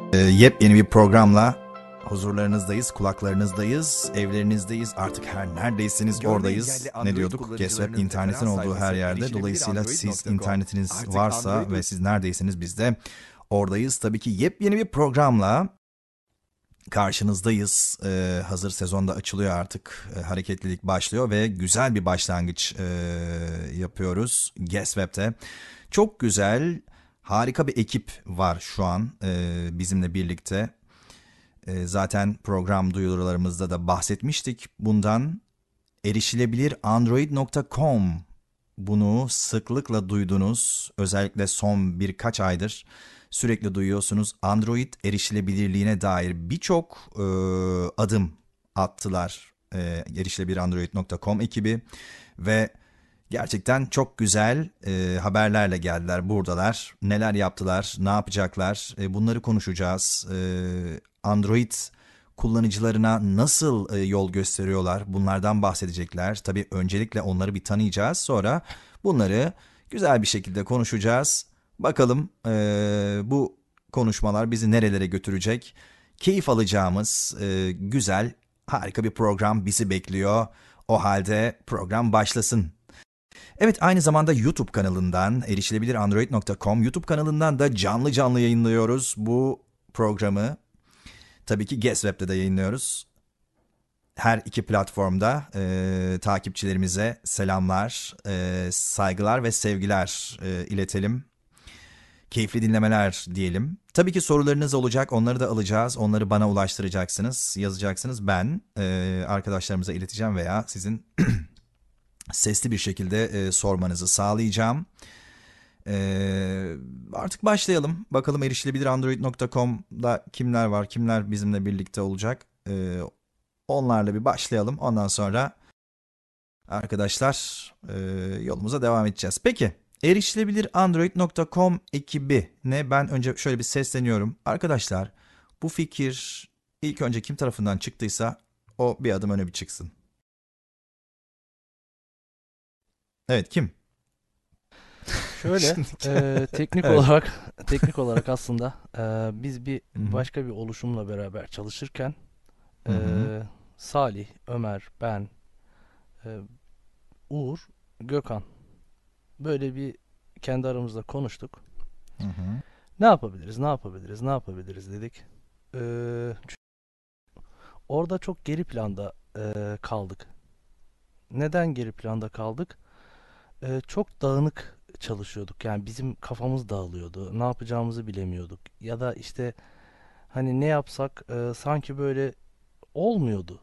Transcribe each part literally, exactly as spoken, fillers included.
Ee, yepyeni bir programla huzurlarınızdayız, kulaklarınızdayız, evlerinizdeyiz. Artık her neredeyseniz oradayız. Ne diyorduk? GetSwap internetin olduğu her yerde. Dolayısıyla siz internetiniz varsa ve siz neredeyseniz biz de oradayız. Tabii ki yepyeni bir programla karşınızdayız. Ee, hazır sezonda açılıyor artık. Ee, hareketlilik başlıyor ve güzel bir başlangıç e, yapıyoruz GetSwap'te. Çok güzel, harika bir ekip var şu an e, bizimle birlikte. E, zaten program duyurularımızda da bahsetmiştik bundan. erişilebilir android nokta com, bunu sıklıkla duydunuz. Özellikle son birkaç aydır sürekli duyuyorsunuz. Android erişilebilirliğine dair birçok e, adım attılar e, erişilebilir android nokta com ekibi ve gerçekten çok güzel e, haberlerle geldiler, buradalar. Neler yaptılar, ne yapacaklar, e, bunları konuşacağız. E, Android kullanıcılarına nasıl e, yol gösteriyorlar, bunlardan bahsedecekler. Tabii öncelikle onları bir tanıyacağız, sonra bunları güzel bir şekilde konuşacağız. Bakalım e, bu konuşmalar bizi nerelere götürecek? Keyif alacağımız e, güzel, harika bir program bizi bekliyor. O halde program başlasın. Evet, aynı zamanda YouTube kanalından erişilebilir android nokta com YouTube kanalından da canlı canlı yayınlıyoruz bu programı. Tabii ki GetSwap'te de yayınlıyoruz. Her iki platformda e, takipçilerimize selamlar, e, saygılar ve sevgiler e, iletelim. Keyifli dinlemeler diyelim. Tabii ki sorularınız olacak, onları da alacağız. Onları bana ulaştıracaksınız, yazacaksınız. Ben e, arkadaşlarımıza ileteceğim veya sizin sesli bir şekilde e, sormanızı sağlayacağım. E, artık başlayalım. Bakalım erişilebilir android nokta com'da kimler var, kimler bizimle birlikte olacak. E, onlarla bir başlayalım. Ondan sonra arkadaşlar e, yolumuza devam edeceğiz. Peki, erişilebilir android nokta com ekibine ben önce şöyle bir sesleniyorum. Arkadaşlar, bu fikir ilk önce kim tarafından çıktıysa o bir adım öne bir çıksın. Evet, kim? Şöyle, e, teknik Evet. olarak teknik olarak aslında e, biz bir Hı hı. başka bir oluşumla beraber çalışırken Hı e, hı. Salih, Ömer, ben, e, Uğur, Gökhan böyle bir kendi aramızda konuştuk. Hı hı. Ne yapabiliriz, ne yapabiliriz, ne yapabiliriz dedik. E, çünkü orada çok geri planda e, kaldık. Neden geri planda kaldık? E, çok dağınık çalışıyorduk. Yani bizim kafamız dağılıyordu. Ne yapacağımızı bilemiyorduk. Ya da işte hani ne yapsak e, sanki böyle olmuyordu.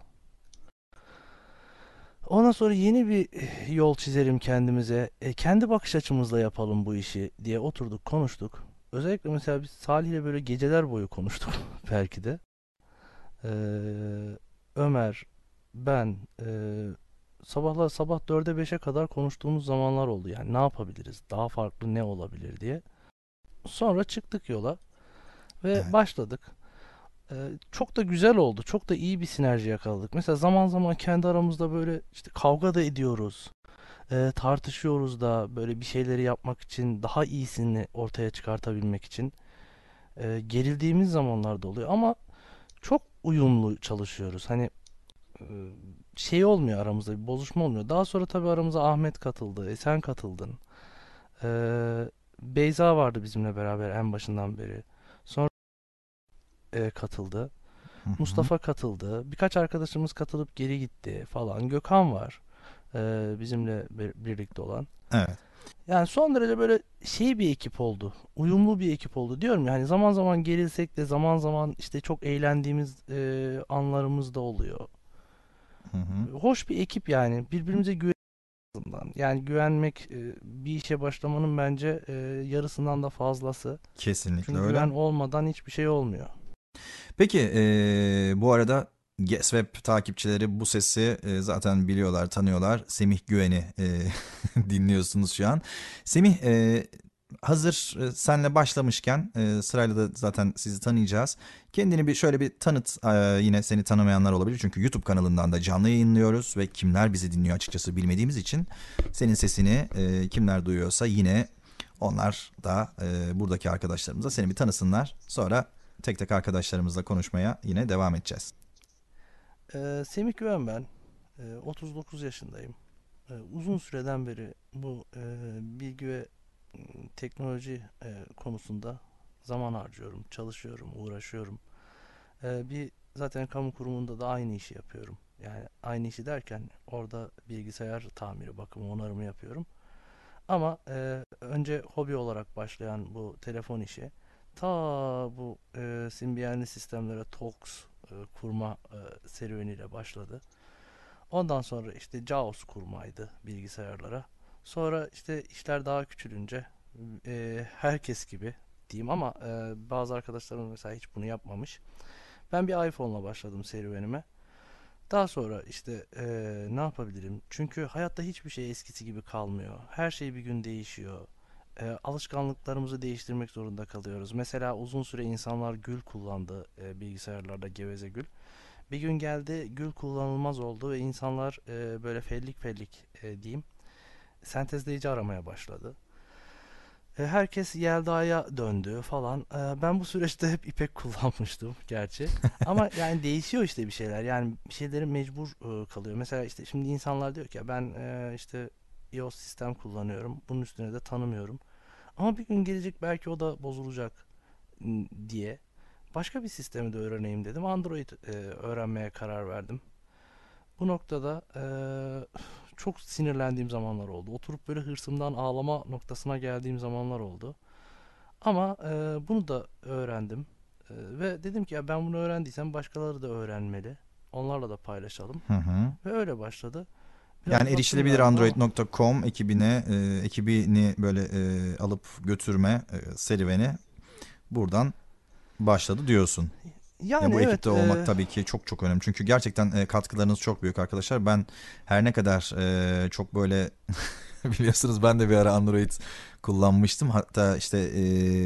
Ondan sonra yeni bir eh, yol çizelim kendimize. E, kendi bakış açımızla yapalım bu işi diye oturduk, konuştuk. Özellikle mesela biz Salih'le böyle geceler boyu konuştuk belki de. Ee, Ömer, ben e, sabahlar sabah dörde beşe kadar konuştuğumuz zamanlar oldu. Yani ne yapabiliriz? Daha farklı ne olabilir diye. Sonra çıktık yola ve Evet. başladık. Ee, çok da güzel oldu. Çok da iyi bir sinerji yakaladık. Mesela zaman zaman kendi aramızda böyle işte kavga da ediyoruz. Ee, tartışıyoruz da böyle bir şeyleri yapmak için daha iyisini ortaya çıkartabilmek için. Ee, gerildiğimiz zamanlar da oluyor ama çok uyumlu çalışıyoruz. Hani e, şey olmuyor, aramızda bir bozuşma olmuyor. Daha sonra tabii aramıza Ahmet katıldı. E, sen katıldın. Ee, Beyza vardı bizimle beraber en başından beri. Sonra e, katıldı. Hı hı. Mustafa katıldı. Birkaç arkadaşımız katılıp geri gitti falan. Gökhan var. Ee, bizimle bir- birlikte olan. Evet. Yani son derece böyle şey bir ekip oldu. Uyumlu bir ekip oldu. Diyorum yani zaman zaman gerilsek de zaman zaman işte çok eğlendiğimiz e, anlarımız da oluyor. Hı hı. Hoş bir ekip yani. Birbirimize güveniyoruz. Yani güvenmek e, bir işe başlamanın bence e, yarısından da fazlası. Kesinlikle Çünkü öyle. güven olmadan hiçbir şey olmuyor. Peki, eee, bu arada GetSwap takipçileri bu sesi eee, zaten biliyorlar, tanıyorlar. Semih Güven'i eee, dinliyorsunuz şu an. Semih, eee, hazır e, senle başlamışken e, sırayla da zaten sizi tanıyacağız. Kendini bir şöyle bir tanıt. E, yine seni tanımayanlar olabilir çünkü YouTube kanalından da canlı yayınlıyoruz ve kimler bizi dinliyor açıkçası bilmediğimiz için senin sesini e, kimler duyuyorsa yine onlar da e, buradaki arkadaşlarımıza seni bir tanısınlar. Sonra tek tek arkadaşlarımızla konuşmaya yine devam edeceğiz. Ee, Semih Güven ben. Ee, otuz dokuz yaşındayım. Ee, uzun süreden beri bu e, bilgi ve m, teknoloji e, konusunda zaman harcıyorum, çalışıyorum, uğraşıyorum. Ee, bir zaten kamu kurumunda da aynı işi yapıyorum. Yani aynı işi derken orada bilgisayar tamiri, bakımı, onarımı yapıyorum. Ama e, önce hobi olarak başlayan bu telefon işi ta bu e, simbiyanlı sistemlere Talks e, kurma e, serüveniyle başladı. Ondan sonra işte JAWS kurmaydı bilgisayarlara. Sonra işte işler daha küçülünce e, herkes gibi diyeyim ama e, bazı arkadaşlarım mesela hiç bunu yapmamış. Ben bir iPhone'la başladım serüvenime. Daha sonra işte eee, ne yapabilirim? Çünkü hayatta hiçbir şey eskisi gibi kalmıyor. Her şey bir gün değişiyor. Eee, alışkanlıklarımızı değiştirmek zorunda kalıyoruz. Mesela uzun süre insanlar gül kullandı eee, bilgisayarlarda geveze gül. Bir gün geldi gül kullanılmaz oldu ve insanlar eee, böyle fellik fellik eee, diyeyim sentezleyici aramaya başladı. E, Herkes Yelda'ya döndü falan. E, Ben bu süreçte hep İpek kullanmıştım gerçi. Ama yani değişiyor işte bir şeyler. Yani bir şeyleri mecbur e, kalıyor. Mesela işte şimdi insanlar diyor ki ya ben e, işte iOS sistem kullanıyorum. Bunun üstüne de tanımıyorum. Ama bir gün gelecek belki o da bozulacak m, diye. Başka bir sistemi de öğreneyim dedim. Android e, öğrenmeye karar verdim. Bu noktada eee, çok sinirlendiğim zamanlar oldu. Oturup böyle hırsımdan ağlama noktasına geldiğim zamanlar oldu. Ama eee, bunu da öğrendim. Eee, ve dedim ki ya ben bunu öğrendiysem başkaları da öğrenmeli. Onlarla da paylaşalım. Hı hı. Ve öyle başladı. Biraz Yani uzattım erişilebilir galiba ama android nokta com ekibine, e, ekibini böyle e, alıp götürme e, serüveni buradan başladı diyorsun. Ya yani bu evet ekipte olmak eee, tabii ki çok çok önemli. Çünkü gerçekten e, katkılarınız çok büyük arkadaşlar. Ben her ne kadar e, çok böyle biliyorsunuz ben de bir ara Android kullanmıştım. Hatta işte e,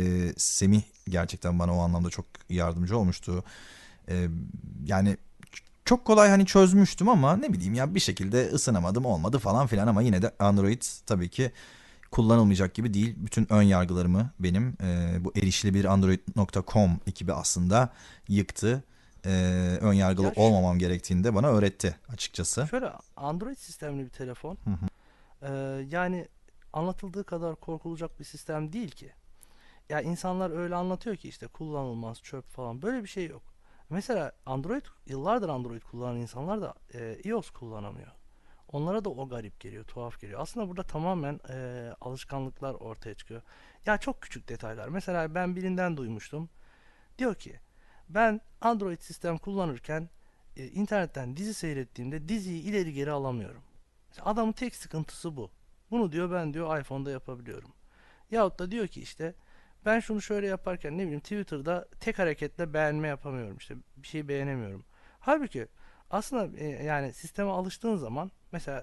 Semih gerçekten bana o anlamda çok yardımcı olmuştu. E, yani çok kolay hani çözmüştüm ama ne bileyim ya bir şekilde ısınamadım olmadı falan filan ama yine de Android tabii ki kullanılmayacak gibi değil. Bütün ön yargılarımı benim e, bu erişilebilir android nokta com ekibi aslında yıktı. E, ön yargılı ya ş- olmamam gerektiğini de bana öğretti açıkçası. şöyle Android sistemli bir telefon. Hı hı. Eee, yani anlatıldığı kadar korkulacak bir sistem değil ki. Ya insanlar öyle anlatıyor ki işte kullanılmaz çöp falan böyle bir şey yok. Mesela Android yıllardır Android kullanan insanlar da e, iOS kullanamıyor. Onlara da o garip geliyor, tuhaf geliyor. Aslında burada tamamen e, alışkanlıklar ortaya çıkıyor. Ya çok küçük detaylar. Mesela ben birinden duymuştum. Diyor ki ben Android sistem kullanırken e, internetten dizi seyrettiğimde diziyi ileri geri alamıyorum. Mesela adamın tek sıkıntısı bu. Bunu diyor ben diyor iPhone'da yapabiliyorum. Yahut da diyor ki işte ben şunu şöyle yaparken ne bileyim Twitter'da tek hareketle beğenme yapamıyorum işte bir şey beğenemiyorum. Halbuki aslında e, yani sisteme alıştığın zaman mesela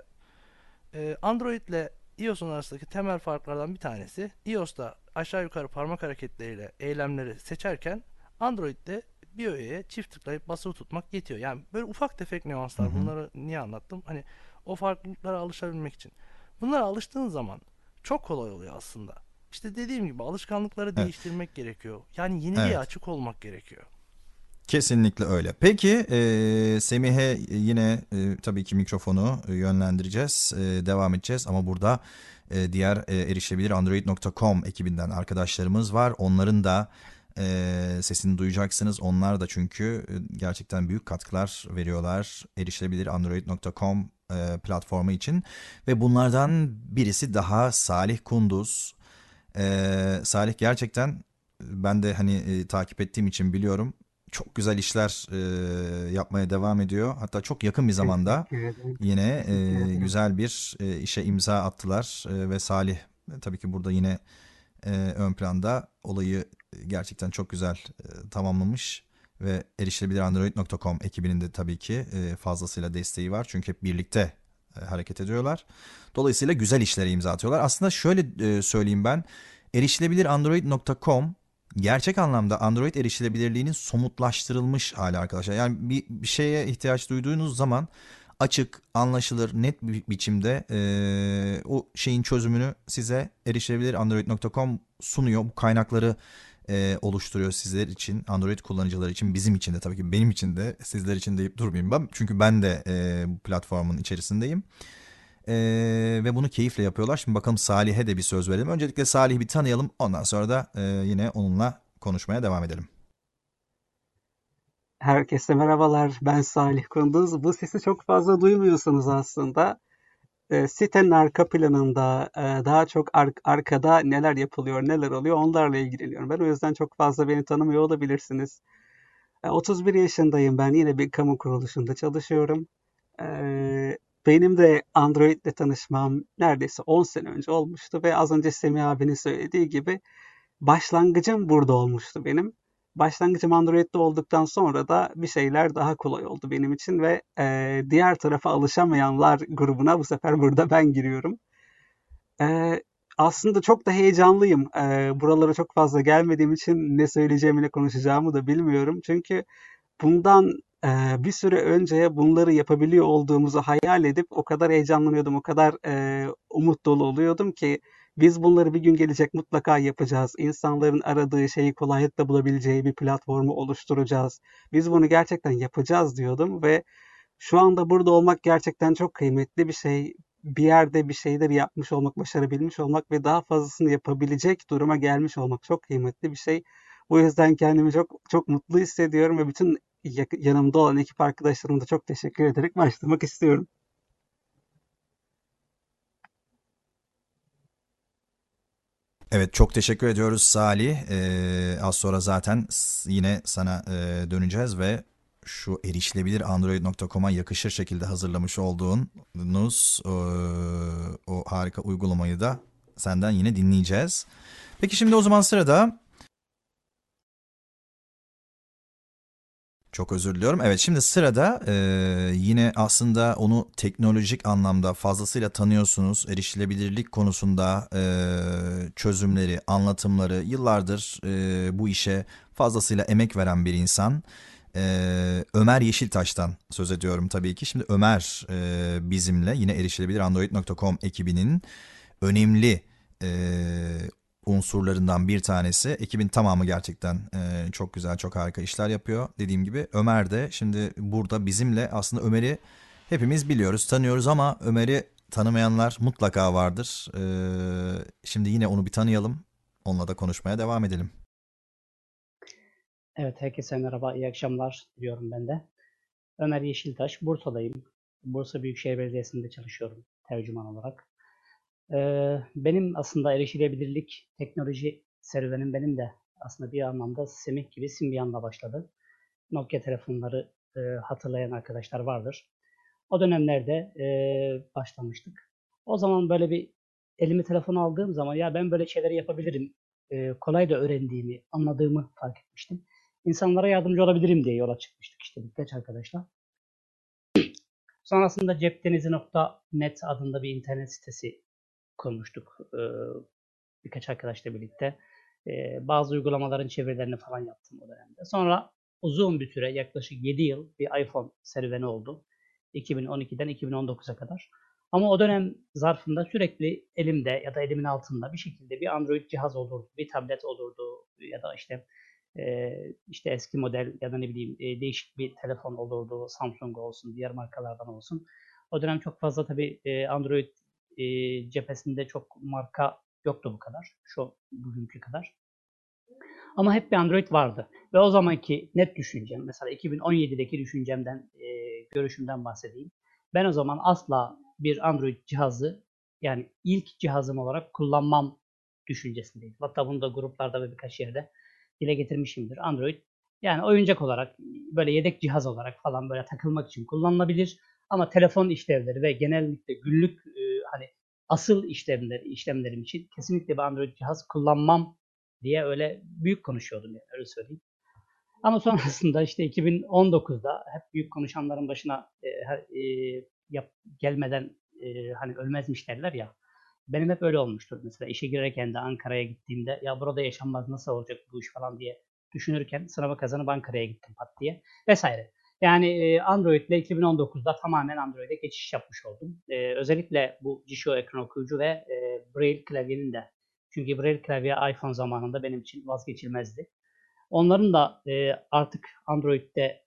e, Android ile iOS'un arasındaki temel farklardan bir tanesi iOS'ta aşağı yukarı parmak hareketleriyle eylemleri seçerken Android'de bir öğeye çift tıklayıp basılı tutmak yetiyor. Yani böyle ufak tefek Hı nüanslar hı. bunları niye anlattım? Hani o farklılıklara alışabilmek için. Bunlara alıştığın zaman çok kolay oluyor aslında. İşte dediğim gibi alışkanlıkları Evet. değiştirmek gerekiyor. Yani yeniliğe Evet. açık olmak gerekiyor. Kesinlikle öyle. Peki e, Semih'e yine e, tabii ki mikrofonu e, yönlendireceğiz. E, devam edeceğiz ama burada e, diğer e, erişilebilir android nokta com ekibinden arkadaşlarımız var. Onların da e, sesini duyacaksınız. Onlar da çünkü e, gerçekten büyük katkılar veriyorlar erişilebilir android nokta com e, platformu için. Ve bunlardan birisi daha Salih Kunduz. E, Salih gerçekten ben de hani e, takip ettiğim için biliyorum çok güzel işler e, yapmaya devam ediyor. Hatta çok yakın bir zamanda Teşekkür ederim. yine Teşekkür e, ederim. güzel bir e, işe imza attılar. E, ve Salih e, tabii ki burada yine e, ön planda olayı gerçekten çok güzel e, tamamlamış ve erişilebilir android nokta com ekibinin de tabii ki e, fazlasıyla desteği var. Çünkü hep birlikte e, hareket ediyorlar. Dolayısıyla güzel işlere imza atıyorlar. Aslında şöyle e, söyleyeyim ben. erişilebilir android nokta com gerçek anlamda Android erişilebilirliğinin somutlaştırılmış hali arkadaşlar. Yani bir, bir şeye ihtiyaç duyduğunuz zaman açık, anlaşılır, net bir biçimde eee, o şeyin çözümünü size erişilebilir android nokta com sunuyor. Bu kaynakları e, oluşturuyor sizler için, Android kullanıcıları için, bizim için de tabii ki, benim için de, sizler için deyip durmayayım ben. Çünkü ben de e, bu platformun içerisindeyim. E, ve bunu keyifle yapıyorlar. Şimdi bakalım Salih'e de bir söz verelim. Öncelikle Salih'i bir tanıyalım. Ondan sonra da e, yine onunla konuşmaya devam edelim. Herkese merhabalar. Ben Salih Kunduz. Bu sesi çok fazla duymuyorsunuz aslında. E, sitenin arka planında e, daha çok ar- arkada neler yapılıyor, neler oluyor onlarla ilgileniyorum. Ben o yüzden çok fazla beni tanımıyor olabilirsiniz. E, otuz bir yaşındayım ben. Yine bir kamu kuruluşunda çalışıyorum. E, Benim de Android'le tanışmam neredeyse on sene önce olmuştu ve az önce Semih abinin söylediği gibi başlangıcım burada olmuştu benim. Başlangıcım Android'de olduktan sonra da bir şeyler daha kolay oldu benim için ve e, diğer tarafa alışamayanlar grubuna bu sefer burada ben giriyorum. E, Aslında çok da heyecanlıyım. E, buralara çok fazla gelmediğim için ne söyleyeceğimi ne konuşacağımı da bilmiyorum. Çünkü bundan e, bir süre önce bunları yapabiliyor olduğumuzu hayal edip o kadar heyecanlanıyordum, o kadar e, umut dolu oluyordum ki biz bunları bir gün gelecek mutlaka yapacağız. İnsanların aradığı şeyi kolaylıkla bulabileceği bir platformu oluşturacağız. Biz bunu gerçekten yapacağız diyordum ve şu anda burada olmak gerçekten çok kıymetli bir şey. Bir yerde bir şeyleri yapmış olmak, başarabilmiş olmak ve daha fazlasını yapabilecek duruma gelmiş olmak çok kıymetli bir şey. Bu yüzden kendimi çok çok mutlu hissediyorum ve bütün yanımda olan ekip arkadaşlarıma da çok teşekkür ederek başlamak istiyorum. Evet, çok teşekkür ediyoruz Salih. Ee, az sonra zaten s- yine sana e, döneceğiz ve şu erişilebilir android nokta com'a yakışır şekilde hazırlamış olduğunuz e, o harika uygulamayı da senden yine dinleyeceğiz. Peki şimdi o zaman sırada, çok özür diliyorum. Evet, şimdi sırada e, yine aslında onu teknolojik anlamda fazlasıyla tanıyorsunuz. Erişilebilirlik konusunda e, çözümleri, anlatımları, yıllardır e, bu işe fazlasıyla emek veren bir insan. E, Ömer Yeşiltaş'tan söz ediyorum tabii ki. Şimdi Ömer e, bizimle, yine erişilebilir android nokta com ekibinin önemli e, unsurlarından bir tanesi. Ekibin tamamı gerçekten e, çok güzel, çok harika işler yapıyor. Dediğim gibi Ömer de şimdi burada bizimle. Aslında Ömer'i hepimiz biliyoruz, tanıyoruz ama Ömer'i tanımayanlar mutlaka vardır. E, şimdi yine onu bir tanıyalım. Onunla da konuşmaya devam edelim. Evet, herkese merhaba, iyi akşamlar diliyorum ben de. Ömer Yeşiltaş, Bursa'dayım. Bursa Büyükşehir Belediyesi'nde çalışıyorum tercüman olarak. Ee, benim aslında erişilebilirlik teknoloji serüvenim benim de aslında bir anlamda Semih gibi Symbian'la başladı. Nokia telefonları e, hatırlayan arkadaşlar vardır. O dönemlerde e, başlamıştık. O zaman böyle bir elime telefon aldığım zaman ya ben böyle şeyleri yapabilirim, e, kolay da öğrendiğimi, anladığımı fark etmiştim. İnsanlara yardımcı olabilirim diye yola çıkmıştık işte birkaç arkadaşla. Sonrasında cepdenizi nokta net adında bir internet sitesi kurmuştuk e, birkaç arkadaşla birlikte. E, bazı uygulamaların çevirilerini falan yaptım o dönemde. Sonra uzun bir süre yaklaşık yedi yıl bir iPhone serüveni oldu. iki bin on ikiden iki bin on dokuza kadar. Ama o dönem zarfında sürekli elimde ya da elimin altında bir şekilde bir Android cihaz olurdu, bir tablet olurdu ya da işte e, işte eski model ya da ne bileyim e, değişik bir telefon olurdu, Samsung olsun, diğer markalardan olsun. O dönem çok fazla tabii e, Android e, cephesinde çok marka yoktu bu kadar, şu bugünkü kadar. Ama hep bir Android vardı. Ve o zamanki net düşüncem, mesela iki bin on yedideki düşüncemden, e, görüşümden bahsedeyim. Ben o zaman asla bir Android cihazı, yani ilk cihazım olarak kullanmam düşüncesindeydim. Hatta bunu da gruplarda ve birkaç yerde dile getirmişimdir. Android yani oyuncak olarak, böyle yedek cihaz olarak falan böyle takılmak için kullanılabilir. Ama telefon işlevleri ve genellikle günlük e, hani asıl işlemler, işlemlerim için kesinlikle bir Android cihaz kullanmam diye öyle büyük konuşuyordum yani öyle söyleyeyim. Ama sonrasında işte iki bin on dokuzda hep büyük konuşanların başına e, her, e, yap, gelmeden e, hani ölmezmiş derler ya. Benim hep öyle olmuştur. Mesela işe girerken de Ankara'ya gittiğimde ya burada yaşanmaz nasıl olacak bu iş falan diye düşünürken sınavı kazanıp Ankara'ya gittim pat diye vesaire. Yani e, Android ile iki bin on dokuzda tamamen Android'e geçiş yapmış oldum. E, özellikle bu Jisho ekran okuyucu ve e, Braille klavyenin de Çünkü Braille klavye iPhone zamanında benim için vazgeçilmezdi. Onların da e, artık Android'de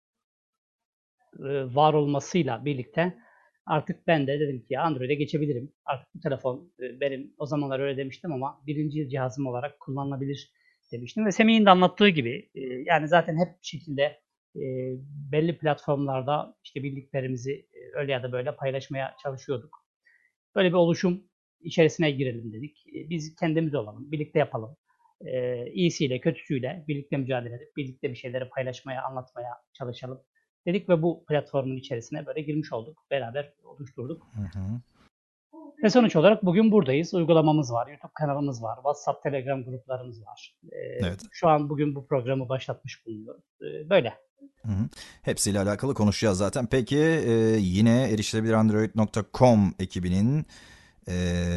e, var olmasıyla birlikte artık ben de dedim ki Android'e geçebilirim. Artık bu telefon e, benim o zamanlar öyle demiştim ama birinci yıl cihazım olarak kullanılabilir demiştim. Ve Semih'in de anlattığı gibi e, yani zaten hep bir şekilde e, belli platformlarda işte bildiklerimizi e, öyle ya da böyle paylaşmaya çalışıyorduk. Böyle bir oluşum içerisine girelim dedik. E, Biz kendimiz olalım, birlikte yapalım. E, iyisiyle, kötüsüyle birlikte mücadele edip birlikte bir şeyleri paylaşmaya, anlatmaya çalışalım dedik ve bu platformun içerisine böyle girmiş olduk. Beraber oluşturduk. Hı hı. Ve sonuç olarak bugün buradayız. Uygulamamız var, YouTube kanalımız var, WhatsApp, Telegram gruplarımız var. E, Evet. Şu an bugün bu programı başlatmış bulunuyoruz. E, Böyle. Hı hı. Hepsiyle alakalı konuşacağız zaten. Peki e, yine erişilebilirandroid nokta com ekibinin e,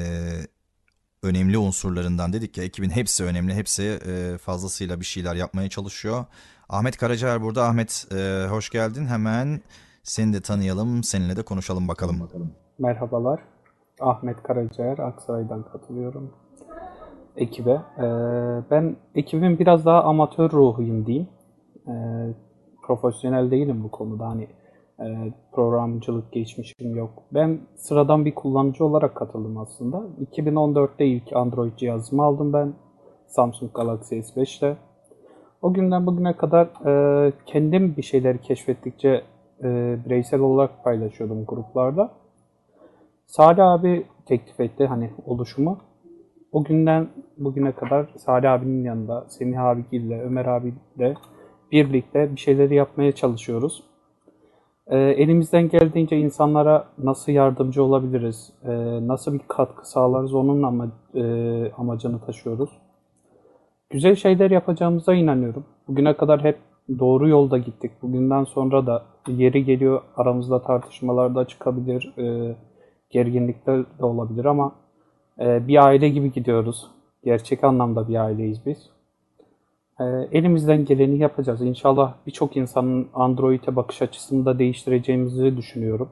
önemli unsurlarından dedik ki ekibin hepsi önemli. Hepsi e, fazlasıyla bir şeyler yapmaya çalışıyor. Ahmet Karacaer burada. Ahmet e, hoş geldin. Hemen seni de tanıyalım. Seninle de konuşalım bakalım. Merhabalar. Ahmet Karacaer, Aksaray'dan katılıyorum ekibe. Ee, ben ekibin biraz daha amatör ruhuyum diyeyim. Ee, profesyonel değilim bu konuda. Hani e, programcılık geçmişim yok. Ben sıradan bir kullanıcı olarak katıldım aslında. iki bin on dörtte ilk Android cihazımı aldım ben. Samsung Galaxy S beşte. O günden bugüne kadar e, kendim bir şeyleri keşfettikçe e, bireysel olarak paylaşıyordum gruplarda. Salih abi teklif etti hani oluşumu. O günden bugüne kadar Salih abinin yanında Semih abiyle, Ömer abiyle birlikte bir şeyleri yapmaya çalışıyoruz. E, elimizden geldiğince insanlara nasıl yardımcı olabiliriz, e, nasıl bir katkı sağlarız onun ama, e, amacını taşıyoruz. Güzel şeyler yapacağımıza inanıyorum. Bugüne kadar hep doğru yolda gittik. Bugünden sonra da yeri geliyor aramızda tartışmalar da çıkabilir, e, gerginlikler de olabilir ama e, bir aile gibi gidiyoruz. Gerçek anlamda bir aileyiz biz. E, elimizden geleni yapacağız. İnşallah birçok insanın Android'e bakış açısını da değiştireceğimizi düşünüyorum.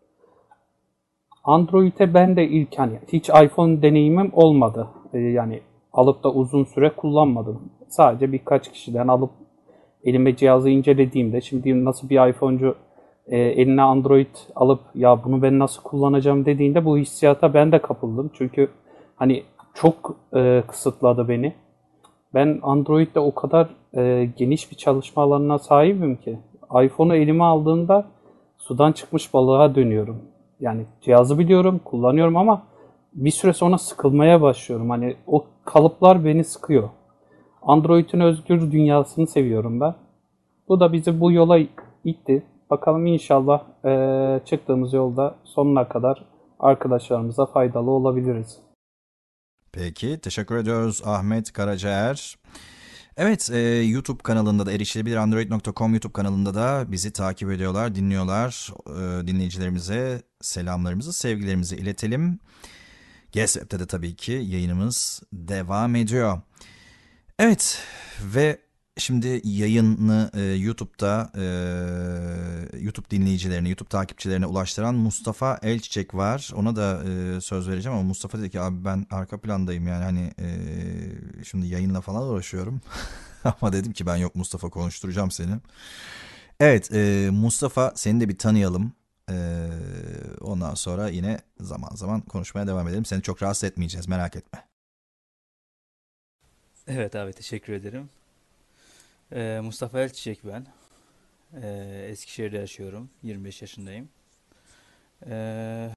Android'e ben de ilk hani hiç iPhone deneyimim olmadı. E, yani alıp da uzun süre kullanmadım. Sadece birkaç kişiden alıp elime cihazı incelediğimde şimdi nasıl bir iPhone'cu e, eline Android alıp ya bunu ben nasıl kullanacağım dediğinde bu hissiyata ben de kapıldım. Çünkü hani çok e, kısıtladı beni. Ben Android'de o kadar e, geniş bir çalışma alanına sahibim ki iPhone'u elime aldığımda sudan çıkmış balığa dönüyorum. Yani cihazı biliyorum, kullanıyorum ama bir süre sonra sıkılmaya başlıyorum. Hani o kalıplar beni sıkıyor. Android'in özgür dünyasını seviyorum ben. Bu da bizi bu yola itti. Bakalım inşallah e, çıktığımız yolda sonuna kadar arkadaşlarımıza faydalı olabiliriz. Peki teşekkür ediyoruz Ahmet Karacaer. Evet, e, YouTube kanalında da erişilebilirandroid nokta com YouTube kanalında da bizi takip ediyorlar, dinliyorlar. E, dinleyicilerimize selamlarımızı, sevgilerimizi iletelim. GesWeb'de de tabii ki yayınımız devam ediyor. Evet ve şimdi yayını e, YouTube'da e, YouTube dinleyicilerine, YouTube takipçilerine ulaştıran Mustafa Elçiçek var. Ona da e, söz vereceğim ama Mustafa dedi ki abi ben arka plandayım yani hani e, şimdi yayınla falan uğraşıyorum. Ama dedim ki ben yok Mustafa konuşturacağım seni. Evet e, Mustafa seni de bir tanıyalım. E, ondan sonra yine zaman zaman konuşmaya devam edelim. Seni çok rahatsız etmeyeceğiz merak etme. Evet abi teşekkür ederim. Ee, Mustafa Elçiçek ben. Ee, Eskişehir'de yaşıyorum. yirmi beş yaşındayım. Ee,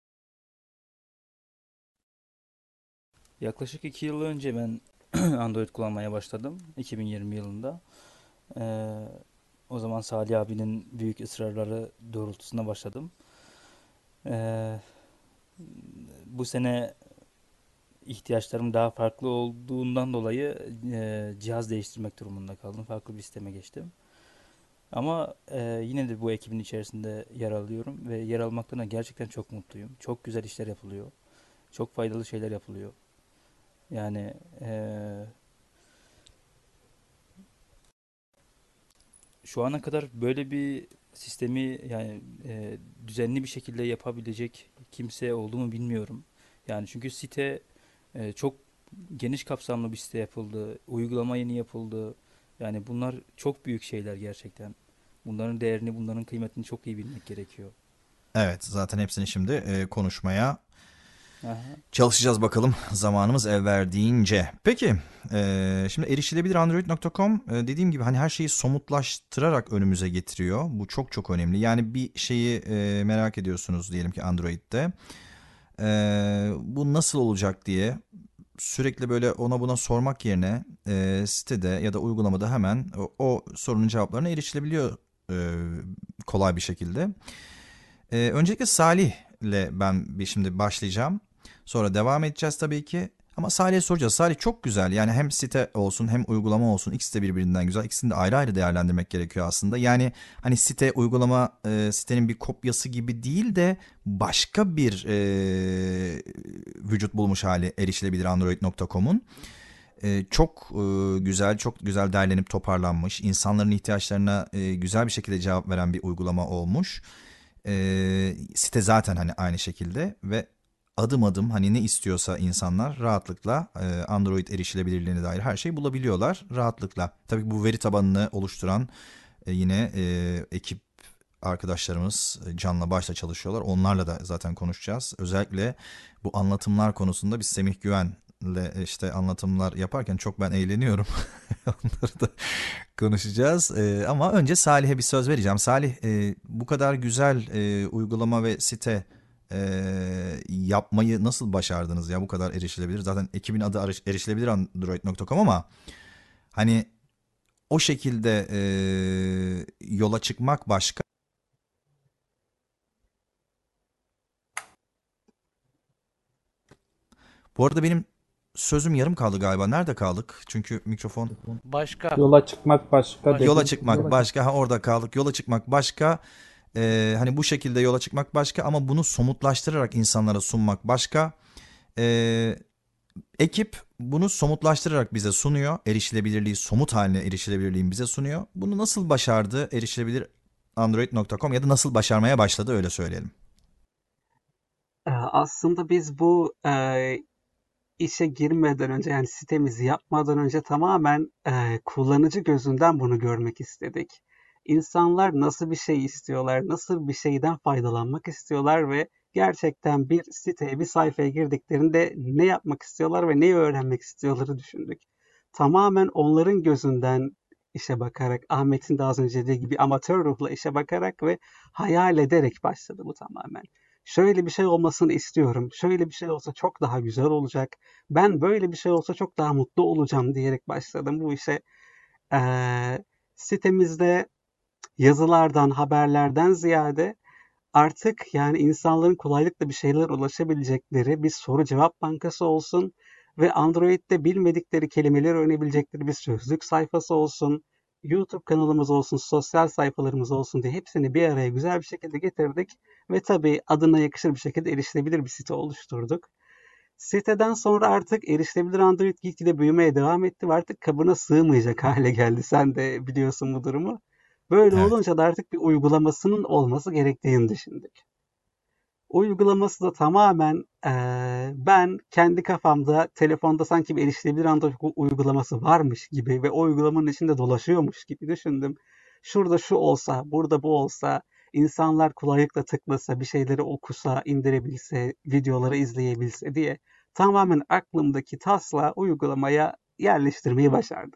yaklaşık iki yıl önce ben Android kullanmaya başladım. iki bin yirmi yılında. Ee, o zaman Salih abinin büyük ısrarları doğrultusunda başladım. Ee, bu sene ihtiyaçlarım daha farklı olduğundan dolayı e, cihaz değiştirmek durumunda kaldım. Farklı bir sisteme geçtim. Ama e, yine de bu ekibin içerisinde yer alıyorum ve yer almaktan da gerçekten çok mutluyum. Çok güzel işler yapılıyor. Çok faydalı şeyler yapılıyor. Yani e, şu ana kadar böyle bir sistemi yani e, düzenli bir şekilde yapabilecek kimse oldu mu bilmiyorum. Yani çünkü site e, çok Geniş kapsamlı bir site yapıldı. Uygulama yeni yapıldı. Yani bunlar çok büyük şeyler gerçekten. Bunların değerini, bunların kıymetini çok iyi bilmek gerekiyor. Evet, zaten hepsini şimdi e, konuşmaya Aha. çalışacağız bakalım zamanımız el verdiğince. Peki, e, şimdi erişilebilir android nokta com e, dediğim gibi hani her şeyi somutlaştırarak önümüze getiriyor. Bu çok çok önemli. Yani bir şeyi e, merak ediyorsunuz diyelim ki Android'de. E, bu nasıl olacak diye sürekli böyle ona buna sormak yerine e, sitede ya da uygulamada hemen o, o sorunun cevaplarına erişilebiliyor e, kolay bir şekilde. E, öncelikle Salih'le ben bir şimdi başlayacağım. Sonra devam edeceğiz tabii ki. Ama Salih'e soracağız. Salih çok güzel. Yani hem site olsun hem uygulama olsun. İkisi de birbirinden güzel. İkisini de ayrı ayrı değerlendirmek gerekiyor aslında. Yani hani site, uygulama e, sitenin bir kopyası gibi değil de başka bir e, vücut bulmuş hali erişilebilir android nokta com'un. E, çok e, güzel, çok güzel derlenip toparlanmış. İnsanların ihtiyaçlarına e, güzel bir şekilde cevap veren bir uygulama olmuş. E, site zaten hani aynı şekilde ve adım adım hani ne istiyorsa insanlar rahatlıkla e, Android erişilebilirliğine dair her şeyi bulabiliyorlar rahatlıkla. Tabii bu veri tabanını oluşturan e, yine e, ekip arkadaşlarımız e, canla başla çalışıyorlar. Onlarla da zaten konuşacağız. Özellikle bu anlatımlar konusunda biz Semih Güven'le işte anlatımlar yaparken çok ben eğleniyorum. Onları da konuşacağız. E, ama önce Salih'e bir söz vereceğim. Salih, e, bu kadar güzel e, uygulama ve site e, yapmayı nasıl başardınız ya, bu kadar erişilebilir? Zaten ekibin adı eriş- erişilebilir android nokta com ama hani o şekilde e, yola çıkmak başka. Bu arada benim sözüm yarım kaldı galiba. Nerede kaldık? Çünkü mikrofon. Başka. Yola çıkmak başka Başka. Yola dedin. çıkmak başka. Ha, orada kaldık. Yola çıkmak başka. Ee, hani bu şekilde yola çıkmak başka ama bunu somutlaştırarak insanlara sunmak başka. Ee, ekip bunu somutlaştırarak bize sunuyor. Erişilebilirliği, somut haline erişilebilirliğini bize sunuyor. Bunu nasıl başardı erişilebilir android nokta com ya da nasıl başarmaya başladı, öyle söyleyelim. Ee, Aslında biz bu e, işe girmeden önce yani sitemizi yapmadan önce tamamen e, kullanıcı gözünden bunu görmek istedik. İnsanlar nasıl bir şey istiyorlar, nasıl bir şeyden faydalanmak istiyorlar ve gerçekten bir siteye, bir sayfaya girdiklerinde ne yapmak istiyorlar ve neyi öğrenmek istiyorları düşündük. Tamamen onların gözünden işe bakarak, Ahmet'in de az önce dediği gibi amatör ruhla işe bakarak ve hayal ederek başladı bu tamamen. Şöyle bir şey olmasını istiyorum, şöyle bir şey olsa çok daha güzel olacak, ben böyle bir şey olsa çok daha mutlu olacağım diyerek başladım bu işe. Ee, Sitemizde yazılardan, haberlerden ziyade artık yani insanların kolaylıkla bir şeyler ulaşabilecekleri bir soru cevap bankası olsun ve Android'de bilmedikleri kelimeleri öğrenebilecekleri bir sözlük sayfası olsun, YouTube kanalımız olsun, sosyal sayfalarımız olsun diye hepsini bir araya güzel bir şekilde getirdik ve tabii adına yakışır bir şekilde erişilebilir bir site oluşturduk. Siteden sonra artık erişilebilir Android gitgide büyümeye devam etti ve artık kabına sığmayacak hale geldi. Sen de biliyorsun bu durumu. Böyle Evet. olunca da artık bir uygulamasının olması gerektiğini düşündük. Uygulaması da tamamen eee, ben kendi kafamda telefonda sanki bir erişilebilir Android uygulaması varmış gibi ve o uygulamanın içinde dolaşıyormuş gibi düşündüm. Şurada şu olsa, burada bu olsa, insanlar kolaylıkla tıklasa, bir şeyleri okusa, indirebilse, videoları izleyebilse diye tamamen aklımdaki tasla uygulamaya yerleştirmeyi başardık.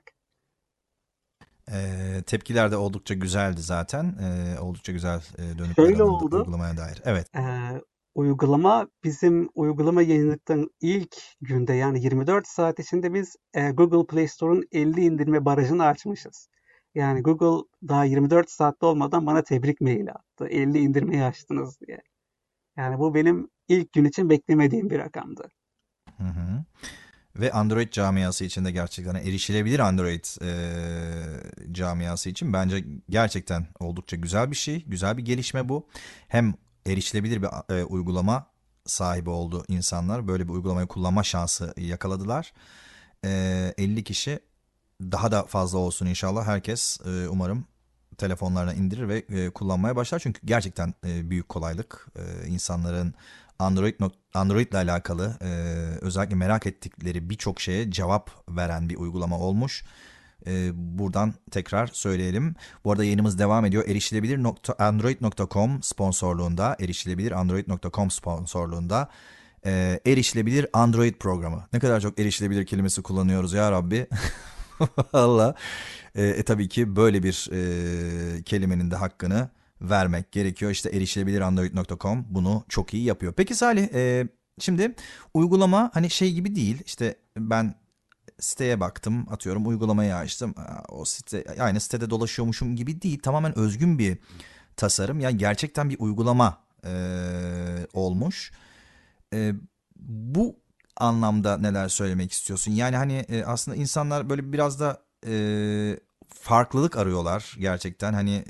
Ee, tepkiler de oldukça güzeldi zaten. Ee, oldukça güzel e, dönütler Şöyle alındı oldu. uygulamaya dair. Evet. Eee, uygulama bizim uygulama yayınladıktan ilk günde yani yirmi dört saat içinde biz e, Google Play Store'un elli indirme barajını açmışız. Yani Google daha yirmi dört saatte olmadan bana tebrik maili attı. elli indirmeyi açtınız diye. Yani bu benim ilk gün için beklemediğim bir rakamdı. Hı hı. Ve Android camiası içinde gerçekten erişilebilir Android e, camiası için bence gerçekten oldukça güzel bir şey. Güzel bir gelişme bu. Hem erişilebilir bir e, uygulama sahibi oldu insanlar. Böyle bir uygulamayı kullanma şansı yakaladılar. E, elli kişi, daha da fazla olsun inşallah. Herkes e, umarım telefonlarına indirir ve e, kullanmaya başlar. Çünkü gerçekten e, büyük kolaylık. E, insanların Android Android ile alakalı e, özellikle merak ettikleri birçok şeye cevap veren bir uygulama olmuş. E, buradan tekrar söyleyelim. Bu arada yayınımız devam ediyor. erişilebilir nokta android nokta com sponsorluğunda, erişilebilir android nokta com sponsorluğunda e, erişilebilir Android programı. Ne kadar çok erişilebilir kelimesi kullanıyoruz ya Rabbi. Valla. E, e, tabii ki böyle bir e, kelimenin de hakkını vermek gerekiyor. İşte erişilebilir android nokta com bunu çok iyi yapıyor. Peki Salih, e, şimdi uygulama hani şey gibi değil. İşte ben siteye baktım, atıyorum uygulamayı açtım. O site aynı sitede dolaşıyormuşum gibi değil. Tamamen özgün bir tasarım. Yani gerçekten bir uygulama e, olmuş. E, bu anlamda neler söylemek istiyorsun? Yani hani e, aslında insanlar böyle biraz da e, farklılık arıyorlar gerçekten. Hani e,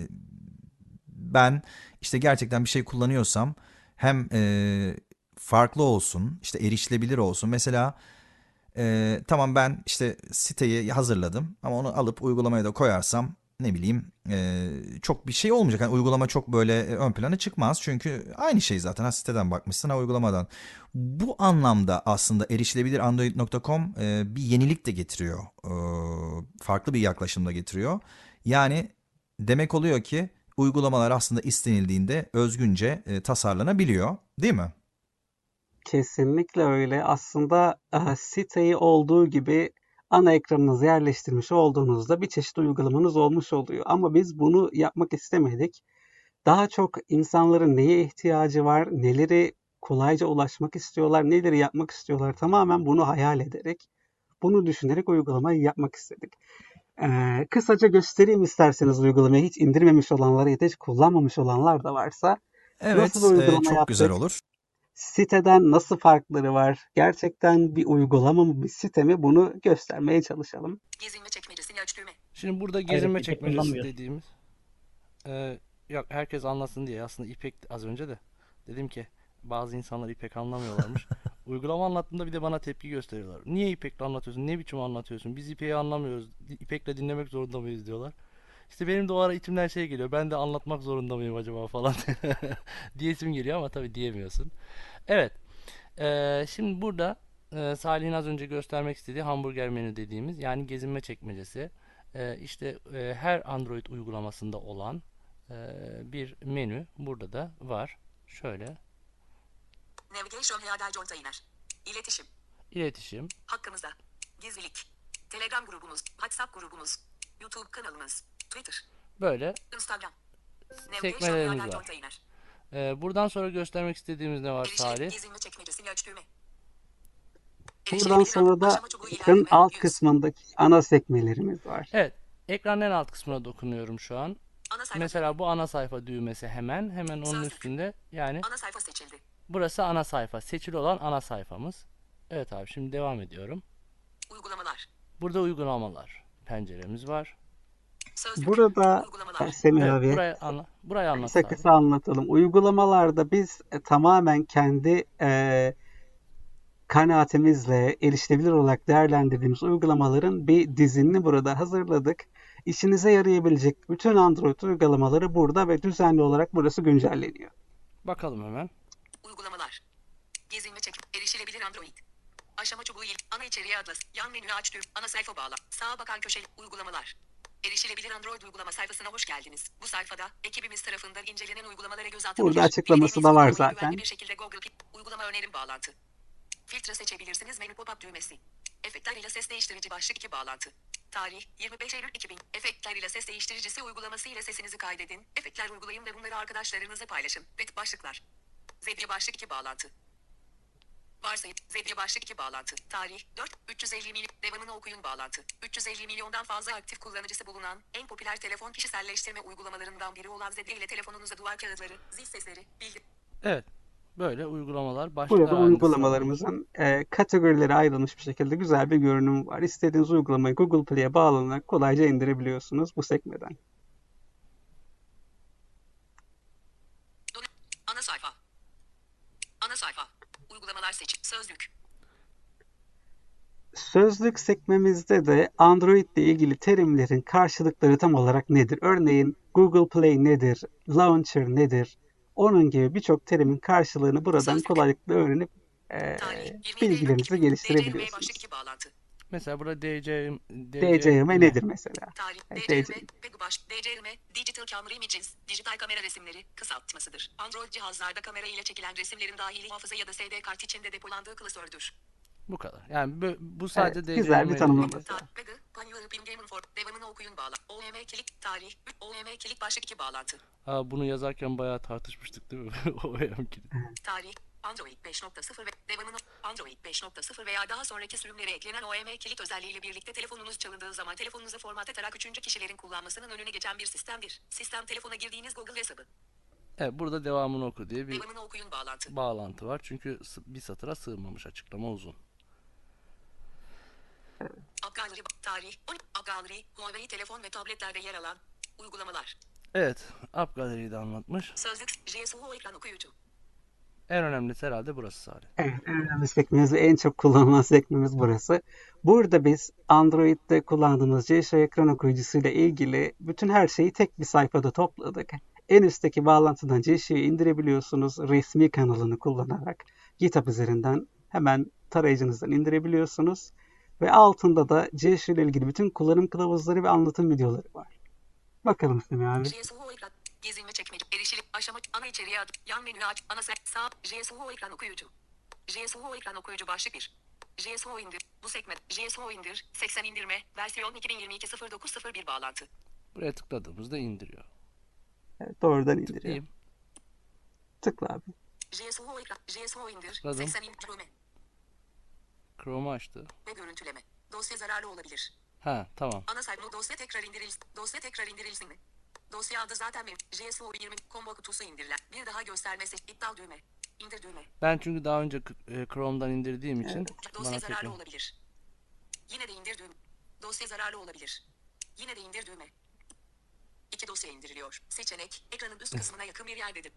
ben işte gerçekten bir şey kullanıyorsam hem e, farklı olsun, işte erişilebilir olsun. Mesela e, tamam ben işte siteyi hazırladım ama onu alıp uygulamaya da koyarsam ne bileyim e, çok bir şey olmayacak. Yani uygulama çok böyle e, ön plana çıkmaz. Çünkü aynı şey zaten. Ha siteden bakmışsın ha uygulamadan. Bu anlamda aslında erişilebilir android nokta com e, bir yenilik de getiriyor. E, farklı bir yaklaşım da getiriyor. Yani demek oluyor ki uygulamalar aslında istenildiğinde özgünce e, tasarlanabiliyor, değil mi? Kesinlikle öyle. Aslında e, siteyi olduğu gibi ana ekranınıza yerleştirmiş olduğunuzda bir çeşit uygulamanız olmuş oluyor. Ama biz bunu yapmak istemedik. Daha çok insanların neye ihtiyacı var, neleri kolayca ulaşmak istiyorlar, neleri yapmak istiyorlar tamamen bunu hayal ederek, bunu düşünerek uygulamayı yapmak istedik. Ee, kısaca göstereyim isterseniz uygulamayı hiç indirmemiş olanlara ya da hiç kullanmamış olanlar da varsa. Nasıl bir Evet, e, uygulama çok güzel yaptık? olur. Siteden nasıl farkları var? Gerçekten bir uygulama mı, bir site mi? Bunu göstermeye çalışalım. Gezinme çekmecesini aç düğme. Şimdi burada Evet, gezinme İpek çekmecesi kullanmıyor. dediğimiz e, yok herkes anlasın diye aslında İpek az önce de dedim ki bazı insanlar İpek anlamıyorlarmış. Uygulama anlattığımda bir de bana tepki gösteriyorlar. Niye İpek'le anlatıyorsun? Ne biçim anlatıyorsun? Biz İpek'i anlamıyoruz. İpek'le dinlemek zorunda mıyız diyorlar. İşte benim de o ara içimden şey geliyor. Ben de anlatmak zorunda mıyım acaba falan diyesim geliyor ama tabii diyemiyorsun. Evet. Ee, şimdi burada e, Salih'in az önce göstermek istediği hamburger menü dediğimiz yani gezinme çekmecesi. Ee, işte e, her Android uygulamasında olan e, bir menü burada da var. Şöyle Navigation Header Container. İletişim. iletişim, Hakkımızda. Gizlilik. Telegram grubumuz. WhatsApp grubumuz. YouTube kanalımız. Twitter. böyle Instagram. Navigation sekmelerimiz Header var. Container. Ee, buradan sonra göstermek istediğimiz ne var Erişilebilir Salih? gezinme çekmecesini aç düğme. Buradan Erişilebilir sonra da aşama çubuğu ekranın ilerleme. alt Yüz. kısmındaki ana sekmelerimiz var. Evet. Ekranın en alt kısmına dokunuyorum şu an. Ana sayfa. Mesela bu ana sayfa düğmesi hemen hemen onun Sözlük. üstünde yani Ana sayfa seçildi. burası ana sayfa. Seçili olan ana sayfamız. Evet abi şimdi devam ediyorum. Uygulamalar. Burada uygulamalar penceremiz var. Sözlük. Burada Uygulamalar. Semih Evet abi burayı anla burayı anlat kısa abi. kısa anlatalım. Uygulamalarda biz e, tamamen kendi e, kanaatimizle erişilebilir olarak değerlendirdiğimiz uygulamaların bir dizini burada hazırladık. İşinize yarayabilecek bütün Android uygulamaları burada ve düzenli olarak burası güncelleniyor. Bakalım hemen. Uygulamalar. Gezinme çek. Erişilebilir Android. Aşama çubuğu il. Ana içeriği atlas. Yan menü aç düğüm. Ana sayfa bağla. Sağa bakan köşeli. Uygulamalar. Erişilebilir Android uygulama sayfasına hoş geldiniz. Bu sayfada ekibimiz tarafından incelenen uygulamalara göz atılabilir. Burada açıklaması da var Dilediğiniz uygulamayı zaten. güvenli bir şekilde Google Play. Uygulama önerim bağlantı. Filtre seçebilirsiniz. Menü pop-up düğmesi. Efektler ile ses değiştirici başlık iki bağlantı. Tarih yirmi beş Eylül iki bin. Efektler ile ses değiştiricisi uygulaması ile sesinizi kaydedin. Efektler uygulayın ve bunları arkadaşlarınızla paylaşın. Red başlıklar. Zedye başlık iki bağlantı. Varsayıp Zedye başlık iki bağlantı. Tarih dört üç yüz elli milyon. Devamını okuyun bağlantı. üç yüz elli milyondan fazla aktif kullanıcısı bulunan en popüler telefon kişiselleştirme uygulamalarından biri olan Zedye ile telefonunuza duvar kağıtları, zil sesleri, bildirim. Evet. Böyle uygulamalar başlıklar Burada halinde sıralamış. uygulamalarımızın e, kategorilere ayrılmış bir şekilde güzel bir görünüm var. İstediğiniz uygulamayı Google Play'e bağlanarak kolayca indirebiliyorsunuz bu sekmeden. Ana sayfa. Ana sayfa. Uygulamalar seç. Sözlük. Sözlük sekmemizde de Android ile ilgili terimlerin karşılıkları tam olarak nedir? Örneğin Google Play nedir? Launcher nedir? Onun gibi birçok terimin karşılığını buradan Sözlük. kolaylıkla öğrenip e, Tarih yirmi yedi Eylül bilgilerinizi iki bin. D C Y M başlık geliştirebiliyorsunuz. iki bağlantı. Mesela burada D C, D C M D C M nedir mesela? Tarih Evet, D C L M D C M. ve baş D C L M Digital Camera Images dijital kamera resimleri kısaltmasıdır. Android cihazlarda kamera ile çekilen resimlerin dahili hafıza ya da S D kart içinde depolandığı klasördür. Bu kadar. Yani bu, bu sadece Evet, D C güzel M bir ile tanımlaması ilgili. var. Ta- Vega, Pan European Gamer for devamını okuyun bağla. O M kilit tarih O M kilit başlık iki bağlantı. Ha, bunu yazarken bayağı tartışmıştık değil mi? O M kilit. Tarih Android beş nokta sıfır ve devamını Android beş nokta sıfır veya daha sonraki sürümlere eklenen O M kilit özelliğiyle birlikte telefonunuz çalındığı zaman telefonunuzu format ederek üçüncü kişilerin kullanmasının önüne geçen bir sistemdir. Sistem telefona girdiğiniz Google hesabı. Evet, burada devamını oku diye bir Devamını okuyun bağlantı. bağlantı var. Çünkü s- bir satıra sığmamış, açıklama uzun. App Gallery tarih on App Gallery Huawei telefon ve tabletlerde yer alan uygulamalar. Evet, App Gallery'yi de anlatmış. Sözlük J S U ekran okuyucu. En önemlisi herhalde burası Salih. Evet, en önemli sekmemiz ve en çok kullanılan sekmemiz burası. Burada biz Android'de kullandığımız G S O ekran okuyucusuyla ilgili bütün her şeyi tek bir sayfada topladık. En üstteki bağlantıdan G S O'yu indirebiliyorsunuz resmi kanalını kullanarak. GitHub üzerinden hemen tarayıcınızdan indirebiliyorsunuz. Ve altında da G S O ile ilgili bütün kullanım kılavuzları ve anlatım videoları var. Bakalım Semih abi. J S U ekran gezinme çekmece erişilim aşama ana içeriğe ad yan menü aç ana sek sağ J S U ekran okuyucu. J S U ekran okuyucu başlık bir. J S U indir bu sekme J S U indir seksen indirme versiyon iki bin yirmi iki sıfır dokuz sıfır bir bağlantı. Buraya tıkladığımızda indiriyor. Evet, doğrudan indiriyor. Tıklayayım. Tıkla abi. J S U ekran J S U indir Tıkladım. seksen indirme Chrome'u açtı. ve görüntüleme. Dosya zararlı olabilir. Ha, tamam. Ana sayfa dosya tekrar indirilsin. Dosya tekrar indirilsin mi? Dosya adı zaten mevcut. J S O yirmi combo kutusu indirilen. Bir daha göstermesi iptal düğme. İndir düğme. Ben çünkü daha önce k- e, Chrome'dan indirdiğim için Dosya bana zararlı tekrar... olabilir. Yine de indir düğme. Dosya zararlı olabilir. Yine de indir düğme. İki dosya indiriliyor. Seçenek ekranın üst kısmına yakın bir yerdedir.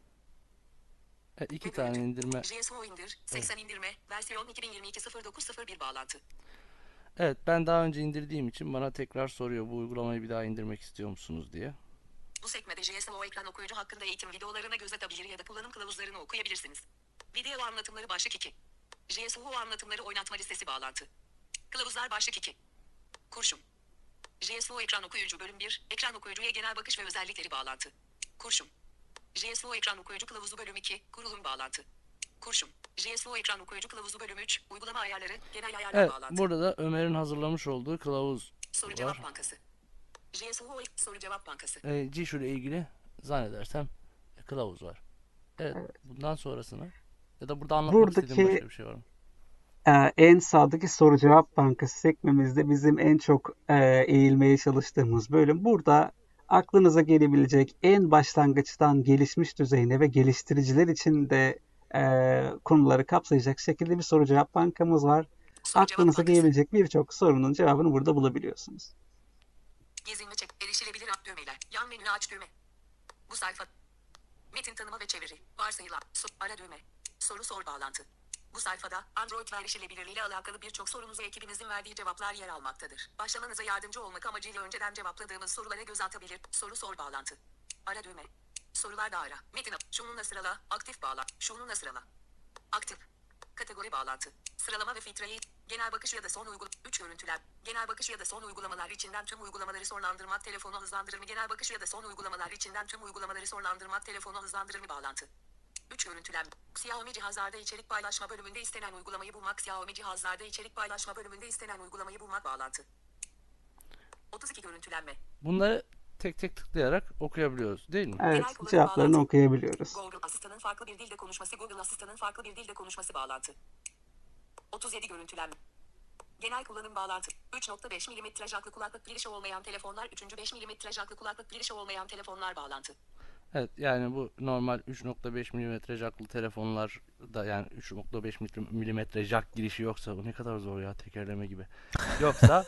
Evet, iki Ve tane görüntü. indirme. J S O indir seksen indirme versiyon iki bin yirmi iki sıfır dokuz sıfır bir bağlantı. Evet, ben daha önce indirdiğim için bana tekrar soruyor bu uygulamayı bir daha indirmek istiyor musunuz diye. Bu sekmede J S O ekran okuyucu hakkında eğitim videolarına göz atabilir ya da kullanım kılavuzlarını okuyabilirsiniz. Video anlatımları başlık iki. J S O anlatımları oynatma listesi bağlantı. Kılavuzlar başlık iki. Kurşun. J S O ekran okuyucu bölüm bir. Ekran okuyucuya genel bakış ve özellikleri bağlantı. Kurşun. J S O ekran okuyucu kılavuzu bölüm iki. Kurulum bağlantı. Kurşun. J S O ekran okuyucu kılavuzu bölüm üç. Uygulama ayarları, genel ayarlar Evet, bağlantı. burada da Ömer'in hazırlamış olduğu kılavuz Soru var. cevap bankası. J S O soru cevap bankası. E, G S U ile ilgili zannedersem e, kılavuz var. Evet, bundan sonrasını ya da burada anlatmak istediğim Buradaki başka bir şey var mı? Ee, en sağdaki soru cevap bankası sekmemizde bizim en çok e, eğilmeye çalıştığımız bölüm. Burada aklınıza gelebilecek en başlangıçtan gelişmiş düzeyine ve geliştiriciler için de e, konuları kapsayacak şekilde bir soru cevap bankamız var. Soru cevap Aklınıza bankası. gelebilecek birçok sorunun cevabını burada bulabiliyorsunuz. Gezinme çek. Erişilebilir app düğmeler. Yan menü aç düğme. Bu sayfa. Metin tanıma ve çeviri. Varsayılan. So ara düğme. Soru sor bağlantı. Bu sayfada Android ve erişilebilirliği ile alakalı birçok sorunuza ekibinizin verdiği cevaplar yer almaktadır. Başlamanıza yardımcı olmak amacıyla önceden cevapladığımız sorulara göz atabilir. Soru sor bağlantı. Ara düğme. Sorular da ara. Metin app. Şununla sırala. Aktif bağla. Şununla sırala. Aktif. Kategori bağlantı. Sıralama ve filtreyi. Genel bakış ya da son uygulama. üç görüntüler. Genel bakış ya da son uygulamalar içinden tüm uygulamaları sonlandırmak telefonu hızlandırır mı? Genel bakış ya da son uygulamalar içinden tüm uygulamaları sonlandırmak telefonu hızlandırır mı? Bağlantı. üç görüntülenme. Xiaomi cihazlarda içerik paylaşma bölümünde istenen uygulamayı bulmak. Xiaomi cihazlarda içerik paylaşma bölümünde istenen uygulamayı bulmak. Bağlantı. otuz iki görüntülenme. Bunları tek tek tıklayarak okuyabiliyoruz değil mi? Evet, Genel kullanım cevaplarını bağlantı. okuyabiliyoruz. Google Asistan'ın farklı bir dilde konuşması. Google Asistan'ın farklı bir dilde konuşması. Bağlantı. otuz yedi görüntülenme. Genel kullanım bağlantı. üç nokta beş milimetre jacklı kulaklık girişi olmayan telefonlar. üçüncü beş milimetre jacklı kulaklık girişi olmayan telefonlar. Bağlantı. Evet, yani bu normal üç nokta beş milimetre jacklı telefonlar da, yani üç nokta beş milimetre jack girişi yoksa, bu ne kadar zor ya, tekerleme gibi. Yoksa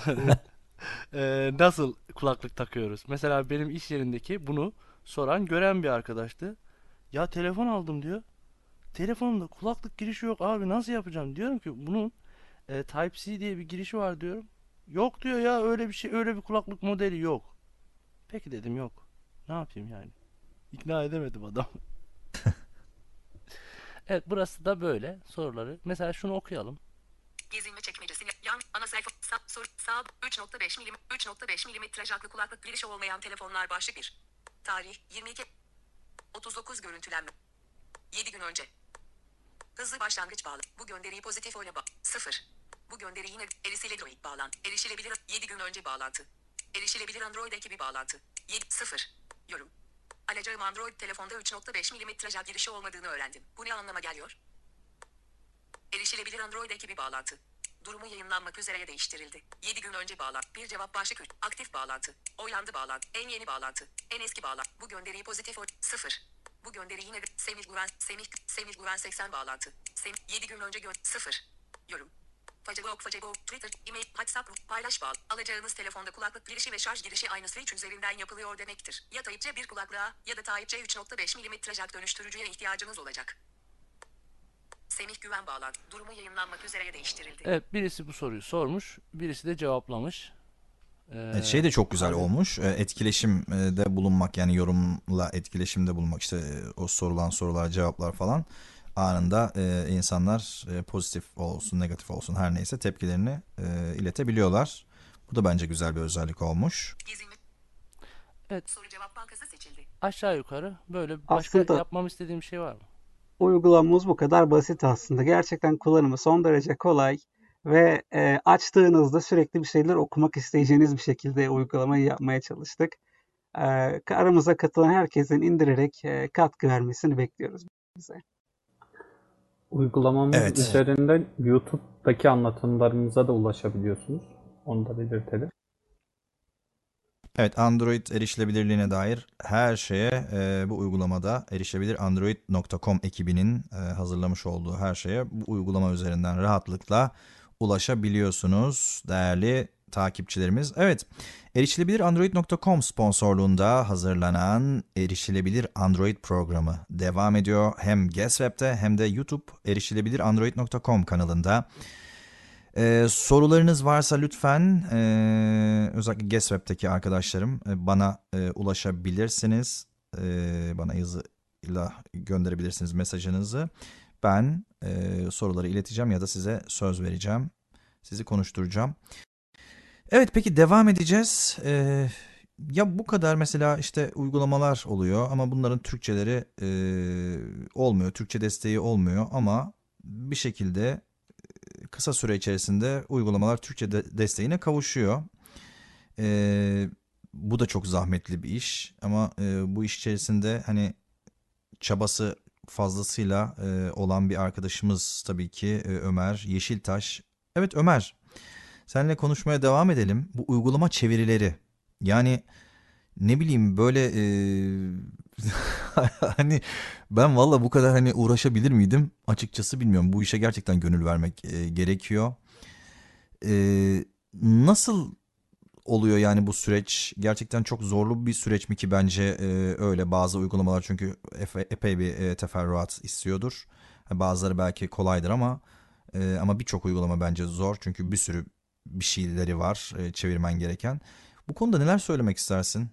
e, nasıl kulaklık takıyoruz? Mesela benim iş yerindeki bunu soran gören bir arkadaştı. Ya telefon aldım diyor. Telefonumda kulaklık girişi yok abi, nasıl yapacağım? Diyorum ki bunun e, Type-C diye bir girişi var diyorum. Yok diyor ya, öyle bir şey, öyle bir kulaklık modeli yok. Peki dedim, yok. Ne yapayım yani? İkna edemedim adam. Evet, burası da böyle soruları. Mesela şunu okuyalım. Gezinme çekmecesi. Yan ana sayfa. Sağ, soru, sağ üç nokta beş milim üç nokta beş milimetre jacklı kulaklık girişi olmayan telefonlar başlık bir. Tarih yirmi iki otuz dokuz görüntülenme. yedi gün önce. Hızlı başlangıç bağlı. Bu gönderiyi pozitif oyla bağ. sıfır. Bu gönderi yine erişilebilir bağlan. Erişilebilir yedi gün önce bağlantı. Erişilebilir Android ekibi bağlantı. yedi sıfır. Yorum. Alacağım Android telefonda üç nokta beş milimetre jack girişi olmadığını öğrendim. Bu ne anlama geliyor? Erişilebilir Android ekibi bağlantı. Durumu yayınlanmak üzere değiştirildi. yedi gün önce bağlantı. Bir cevap başlık üç. Aktif bağlantı. Oylandı bağlantı. En yeni bağlantı. En eski bağlantı. Bu gönderiyi pozitif oy. sıfır. Bu gönderi yine de Semih Güven, Semih, Semih Güven seksen bağlantı. Semih yedi gün önce gö sıfır. Yorum. Facebook, Facebook, Twitter, e-mail, WhatsApp, paylaş bağlı. Alacağınız telefonda kulaklık girişi ve şarj girişi aynı switch üzerinden yapılıyor demektir. Ya Type-C bir kulaklığa ya da Type-C üç nokta beş milimetre jack dönüştürücüye ihtiyacınız olacak. Semih Güven bağlantı. Durumu yayınlanmak üzere değiştirildi. Evet, birisi bu soruyu sormuş, birisi de cevaplamış. Evet, şey Ee, de çok güzel Abi, olmuş. E, Etkileşimde bulunmak, yani yorumla etkileşimde bulunmak, işte e, o sorulan sorular, cevaplar falan anında e, insanlar e, pozitif olsun, negatif olsun her neyse tepkilerini e, iletebiliyorlar. Bu da bence güzel bir özellik olmuş. Gezinme. evet, Soru cevap bankası seçildi. aşağı yukarı böyle başka Aslında yapmam istediğim bir şey var mı? uygulamamız bu kadar basit aslında. Gerçekten kullanımı son derece kolay ve e, açtığınızda sürekli bir şeyler okumak isteyeceğiniz bir şekilde uygulamayı yapmaya çalıştık. E, aramıza katılan herkesin indirerek e, katkı vermesini bekliyoruz bize. Uygulamamız Evet. üzerinden YouTube'daki anlatımlarımıza da ulaşabiliyorsunuz. Onu da belirtelim. Evet, Android erişilebilirliğine dair her şeye e, bu uygulamada erişebilir android nokta com ekibinin e, hazırlamış olduğu her şeye bu uygulama üzerinden rahatlıkla ulaşabiliyorsunuz değerli takipçilerimiz. Evet, erişilebilir android nokta com sponsorluğunda hazırlanan Erişilebilir Android programı devam ediyor. Hem GuestWeb'de hem de YouTube erişilebilir android nokta com kanalında. Ee, sorularınız varsa lütfen ee, özellikle GuestWeb'deki arkadaşlarım e, bana e, ulaşabilirsiniz. E, bana yazıyla gönderebilirsiniz mesajınızı. Ben e, soruları ileteceğim ya da size söz vereceğim. Sizi konuşturacağım. Evet, peki devam edeceğiz. Ee, ya bu kadar mesela işte uygulamalar oluyor ama bunların Türkçeleri e, olmuyor. Türkçe desteği olmuyor ama bir şekilde kısa süre içerisinde uygulamalar Türkçe de desteğine kavuşuyor. Ee, bu da çok zahmetli bir iş ama e, bu iş içerisinde hani çabası fazlasıyla e, olan bir arkadaşımız tabii ki e, Ömer Yeşiltaş. Evet Ömer, seninle konuşmaya devam edelim. Bu uygulama çevirileri, yani ne bileyim böyle e, hani ben valla bu kadar hani uğraşabilir miydim açıkçası bilmiyorum. Bu işe gerçekten gönül vermek e, gerekiyor. E, nasıl oluyor yani bu süreç? Gerçekten çok zorlu bir süreç mi ki? Bence e, öyle. Bazı uygulamalar çünkü efe, epey bir e, teferruat istiyordur. Bazıları belki kolaydır ama e, ama birçok uygulama bence zor çünkü bir sürü bir şeyleri var e, çevirmen gereken. Bu konuda neler söylemek istersin?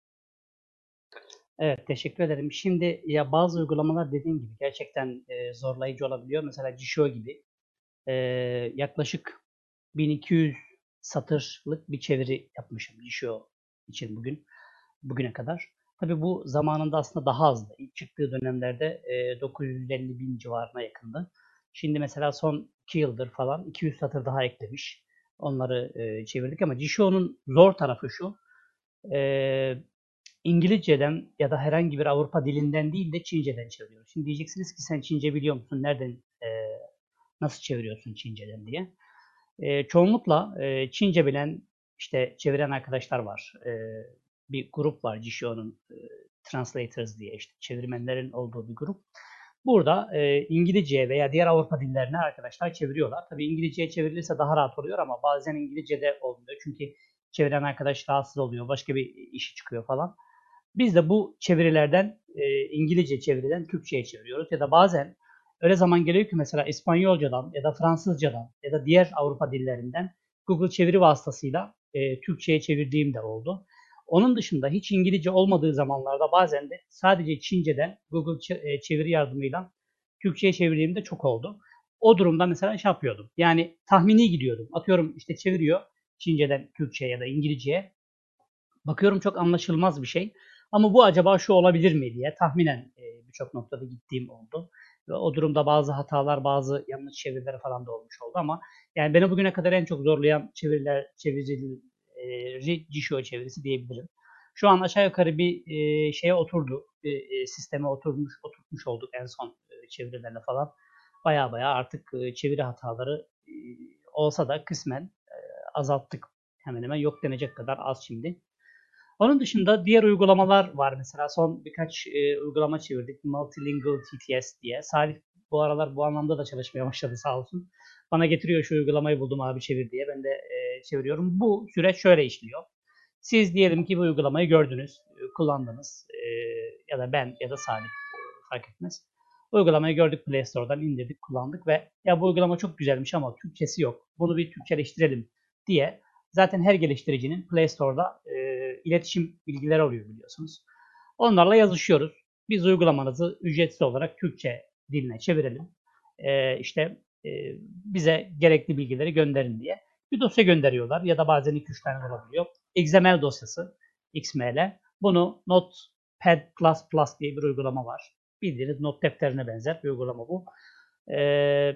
Evet, teşekkür ederim. Şimdi ya bazı uygulamalar dediğim gibi gerçekten e, zorlayıcı olabiliyor. Mesela Jisho gibi e, yaklaşık bin iki yüz satırlık bir çeviri yapmışım Jisho için bugün, bugüne kadar. Tabii bu zamanında aslında daha azdı. İlk çıktığı dönemlerde e, dokuz yüz elli bin civarına yakındı. Şimdi mesela son iki yıldır falan iki yüz satır daha eklemiş. Onları e, çevirdik ama Jisho'nun zor tarafı şu. E, İngilizceden ya da herhangi bir Avrupa dilinden değil de Çince'den çeviriyoruz. Şimdi diyeceksiniz ki sen Çince biliyor musun? Nereden, e, nasıl çeviriyorsun Çince'den diye. E, çoğunlukla e, Çince bilen işte çeviren arkadaşlar var. E, bir grup var Jisho'nun e, Translators diye işte çevirmenlerin olduğu bir grup. Burada e, İngilizce veya diğer Avrupa dillerine arkadaşlar çeviriyorlar. Tabii İngilizceye çevrilirse daha rahat oluyor ama bazen İngilizce'de olmuyor. Çünkü çeviren arkadaş rahatsız oluyor. Başka bir işi çıkıyor falan. Biz de bu çevirilerden e, İngilizce çeviriden Türkçe'ye çeviriyoruz. Ya da bazen öyle zaman geliyor ki mesela İspanyolcadan ya da Fransızcadan ya da diğer Avrupa dillerinden Google çeviri vasıtasıyla e, Türkçe'ye çevirdiğim de oldu. Onun dışında hiç İngilizce olmadığı zamanlarda bazen de sadece Çince'den Google çeviri yardımıyla Türkçe'ye çevirdiğimde çok oldu. O durumda mesela şey yapıyordum. Yani tahmini gidiyordum. Atıyorum işte çeviriyor Çince'den Türkçe'ye ya da İngilizce'ye. Bakıyorum çok anlaşılmaz bir şey. Ama bu acaba şu olabilir mi diye tahminen e, birçok noktada gittiğim oldu. Ve o durumda bazı hatalar, bazı yanlış çeviriler falan da olmuş oldu ama yani beni bugüne kadar en çok zorlayan çeviriler, çevirici Jisho çevirisi diyebilirim. Şu an aşağı yukarı bir e, şeye oturdu, bir e, sisteme oturmuş, oturtmuş olduk en son e, çevirilerle falan. Baya baya artık e, çeviri hataları e, olsa da kısmen e, azalttık. Hemen hemen yok denecek kadar az şimdi. Onun dışında diğer uygulamalar var. Mesela son birkaç e, uygulama çevirdik. Multilingual T T S diye. Salih bu aralar bu anlamda da çalışmaya başladı sağ olsun. Bana getiriyor şu uygulamayı buldum abi çevir diye. Ben de e, çeviriyorum. Bu süreç şöyle işliyor. Siz diyelim ki bu uygulamayı gördünüz, kullandınız e, ya da ben ya da Salih e, fark etmez. Uygulamayı gördük Play Store'dan indirdik, kullandık ve ya bu uygulama çok güzelmiş ama Türkçesi yok. Bunu bir Türkçeleştirelim diye. Zaten her geliştiricinin Play Store'da e, iletişim bilgileri oluyor biliyorsunuz. Onlarla yazışıyoruz. Biz uygulamanızı ücretsiz olarak Türkçe diline çevirelim. E, işte e, bize gerekli bilgileri gönderin diye. Bir dosya gönderiyorlar ya da bazen iki üç tane olabiliyor. X M L dosyası X M L. Bunu Notepad++ diye bir uygulama var. Bildiğiniz not defterine benzer bir uygulama bu. Ee,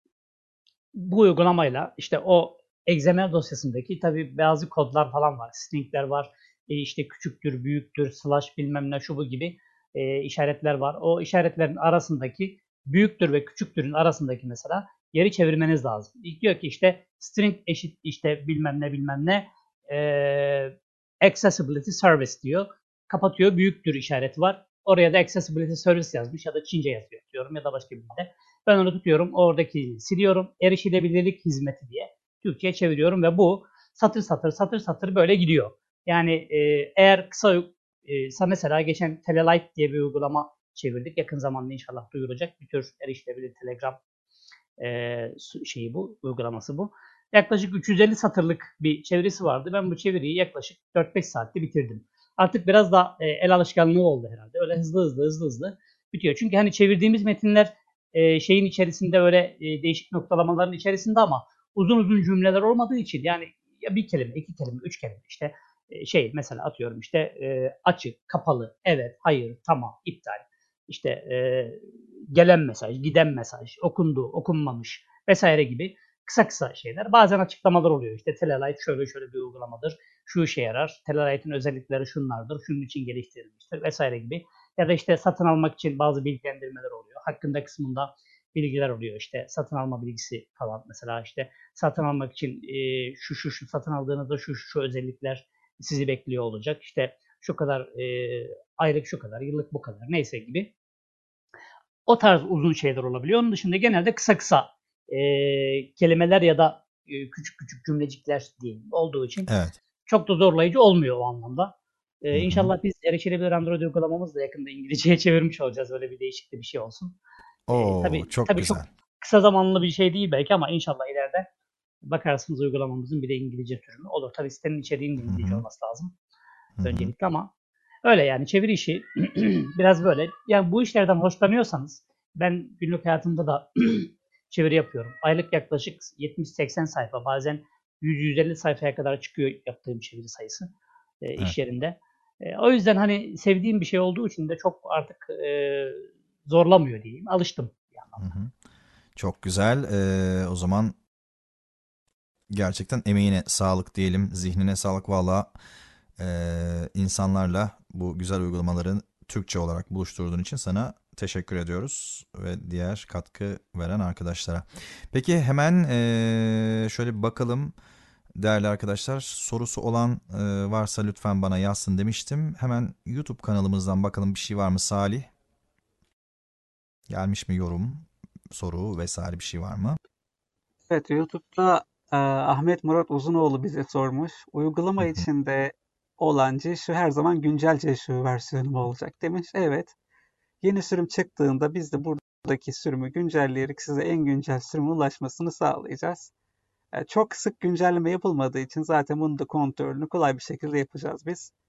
bu uygulamayla işte o X M L dosyasındaki tabii bazı kodlar falan var. Stringler var. E işte küçüktür, büyüktür, slash bilmem ne şu bu gibi e, işaretler var. O işaretlerin arasındaki büyüktür ve küçüktürün arasındaki mesela yeri çevirmeniz lazım. İlk diyor ki işte string eşit işte bilmem ne bilmem ne e, accessibility service diyor. Kapatıyor. Büyüktür işareti var. Oraya da accessibility service yazmış ya da Çince yazıyor diyorum ya da başka bir dilde. Ben onu tutuyorum. Oradaki siliyorum. Erişilebilirlik hizmeti diye Türkçe'ye çeviriyorum ve bu satır satır satır satır böyle gidiyor. Yani e, eğer kısa e, mesela geçen Telelight diye bir uygulama çevirdik. Yakın zamanda inşallah duyuracak. Bir tür erişilebilir Telegram e, şeyi bu, uygulaması bu. Yaklaşık üç yüz elli satırlık bir çevirisi vardı. Ben bu çeviriyi yaklaşık dört beş saatte bitirdim. Artık biraz da e, el alışkanlığı oldu herhalde. Öyle hızlı hızlı hızlı hızlı bitiyor. Çünkü hani çevirdiğimiz metinler e, şeyin içerisinde öyle e, değişik noktalamaların içerisinde ama uzun uzun cümleler olmadığı için yani ya bir kelime, iki kelime, üç kelime işte e, şey mesela atıyorum işte e, açık, kapalı, evet, hayır, tamam, iptal. İşte e, gelen mesaj, giden mesaj, okundu, okunmamış vesaire gibi kısa kısa şeyler. Bazen açıklamalar oluyor. İşte Telelight şöyle şöyle bir uygulamadır. Şu işe yarar. Telelight'ın özellikleri şunlardır. Şunun için geliştirilmiştir vesaire gibi. Ya da işte satın almak için bazı bilgilendirmeler oluyor. Hakkında kısmında bilgiler oluyor. İşte satın alma bilgisi falan. Mesela işte satın almak için e, şu şu şu satın aldığınızda şu şu, şu özellikler sizi bekliyor olacak. İşte şu kadar e, aylık şu kadar, yıllık bu kadar neyse gibi. O tarz uzun şeyler olabiliyor. Onun dışında genelde kısa kısa e, kelimeler ya da e, küçük küçük cümlecikler diyeyim olduğu için Evet. çok da zorlayıcı olmuyor o anlamda. E, Hı hı. İnşallah biz erişilebilir Android uygulamamızı da yakında İngilizceye çevirmiş olacağız. Öyle bir değişik de bir şey olsun. E, Oo, tabii çok tabii güzel. çok kısa zamanlı bir şey değil belki ama inşallah ileride bakarsınız uygulamamızın bir de İngilizce türü olur. Tabii sitenin içeriğinin de Hı İngilizce hı. olması lazım Hı hı. öncelikle ama öyle yani çeviri işi biraz böyle. Yani bu işlerden hoşlanıyorsanız ben günlük hayatımda da çeviri yapıyorum. Aylık yaklaşık yetmiş seksen sayfa bazen yüz yüz elli sayfaya kadar çıkıyor yaptığım çeviri sayısı e, Evet. iş yerinde. E, o yüzden hani sevdiğim bir şey olduğu için de çok artık e, zorlamıyor diyeyim. Alıştım bir Hı anlamda. hı. Çok güzel. Ee, o zaman gerçekten emeğine sağlık diyelim, zihnine sağlık valla. Ee, insanlarla bu güzel uygulamaların Türkçe olarak buluşturduğun için sana teşekkür ediyoruz ve diğer katkı veren arkadaşlara. Peki hemen ee, şöyle bir bakalım değerli arkadaşlar. Sorusu olan ee, varsa lütfen bana yazsın demiştim. Hemen YouTube kanalımızdan bakalım bir şey var mı Salih? Gelmiş mi yorum, soru vesaire bir şey var mı? Evet, YouTube'da e, Ahmet Murat Uzunoğlu bize sormuş. Hı Uygulama hı. içinde olan şu her zaman güncel şu versiyonu mu olacak demiş. Evet, yeni sürüm çıktığında biz de buradaki sürümü güncelleyerek size en güncel sürüme ulaşmasını sağlayacağız. E, çok sık güncelleme yapılmadığı için zaten bunun da kontrolünü kolay bir şekilde yapacağız biz.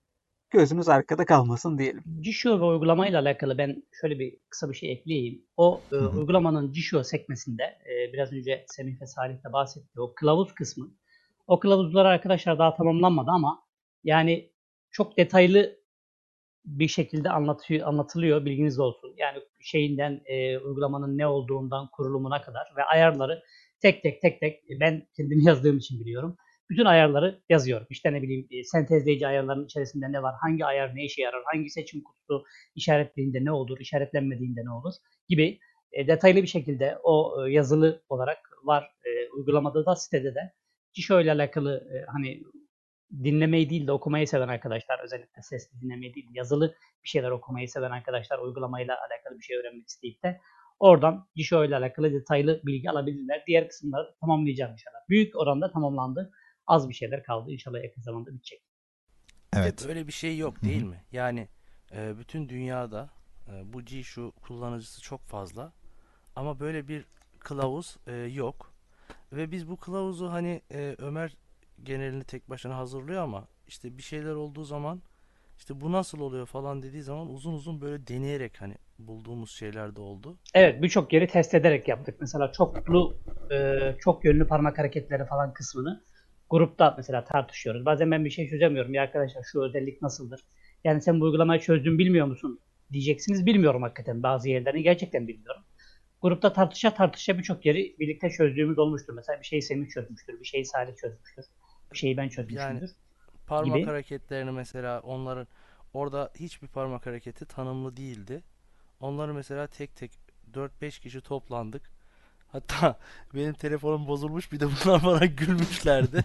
gözünüz arkada kalmasın diyelim. Jisho ve uygulamayla alakalı ben şöyle bir kısa bir şey ekleyeyim. O e, Hı hı. uygulamanın Jisho sekmesinde e, biraz önce Semih ve Salih de bahsetti. O kılavuz kısmı. O kılavuzlar arkadaşlar daha tamamlanmadı ama yani çok detaylı bir şekilde anlatıyor, anlatılıyor. Bilginiz olsun. Yani şeyinden e, uygulamanın ne olduğundan kurulumuna kadar ve ayarları tek tek tek tek ben kendim yazdığım için biliyorum. Bütün ayarları yazıyorum. İşte ne bileyim e, sentezleyici ayarların içerisinde ne var, hangi ayar ne işe yarar, hangi seçim kutusu işaretlediğinde ne olur, işaretlenmediğinde ne olur gibi e, detaylı bir şekilde o e, yazılı olarak var. E, uygulamada da sitede de. Ki şöyle alakalı e, hani dinlemeyi değil de okumayı seven arkadaşlar, özellikle sesli dinlemeyi değil, yazılı bir şeyler okumayı seven arkadaşlar, uygulamayla alakalı bir şey öğrenmek isteyip de oradan Jisho ile alakalı detaylı bilgi alabilirler. Diğer kısımları da tamamlayacağım inşallah. Büyük oranda tamamlandı. Az bir şeyler kaldı. İnşallah yakın zamanda bitecek. Bir de Evet. böyle bir şey yok Hı değil hı. mi? Yani e, bütün dünyada e, bu Jisho kullanıcısı çok fazla ama böyle bir kılavuz e, yok. Ve biz bu kılavuzu hani e, Ömer genelini tek başına hazırlıyor ama işte bir şeyler olduğu zaman işte bu nasıl oluyor falan dediği zaman uzun uzun böyle deneyerek hani bulduğumuz şeyler de oldu. Evet, birçok yeri test ederek yaptık. Mesela çoklu, e, çok yönlü parmak hareketleri falan kısmını grupta mesela tartışıyoruz. Bazen ben bir şey çözemiyorum. Ya arkadaşlar şu özellik nasıldır? Yani sen bu uygulamayı çözdün bilmiyor musun? Diyeceksiniz. Bilmiyorum hakikaten. Bazı yerlerini gerçekten bilmiyorum. Grupta tartışa tartışa birçok yeri birlikte çözdüğümüz olmuştur. Mesela bir şeyi Semih çözmüştür, bir şeyi Salih çözmüştür, bir şeyi ben Yani çözmüşümdür parmak gibi. hareketlerini mesela onların orada hiçbir parmak hareketi tanımlı değildi. Onları mesela tek tek dört beş kişi toplandık. Hatta benim telefonum bozulmuş bir de bunlar bana gülmüşlerdi.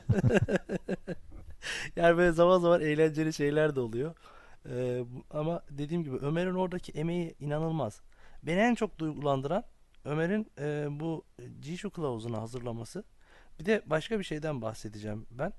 Yani böyle zaman zaman eğlenceli şeyler de oluyor. Ee, ama dediğim gibi Ömer'in oradaki emeği inanılmaz. Beni en çok duygulandıran Ömer'in e, bu Jisho kılavuzunu hazırlaması. Bir de başka bir şeyden bahsedeceğim ben.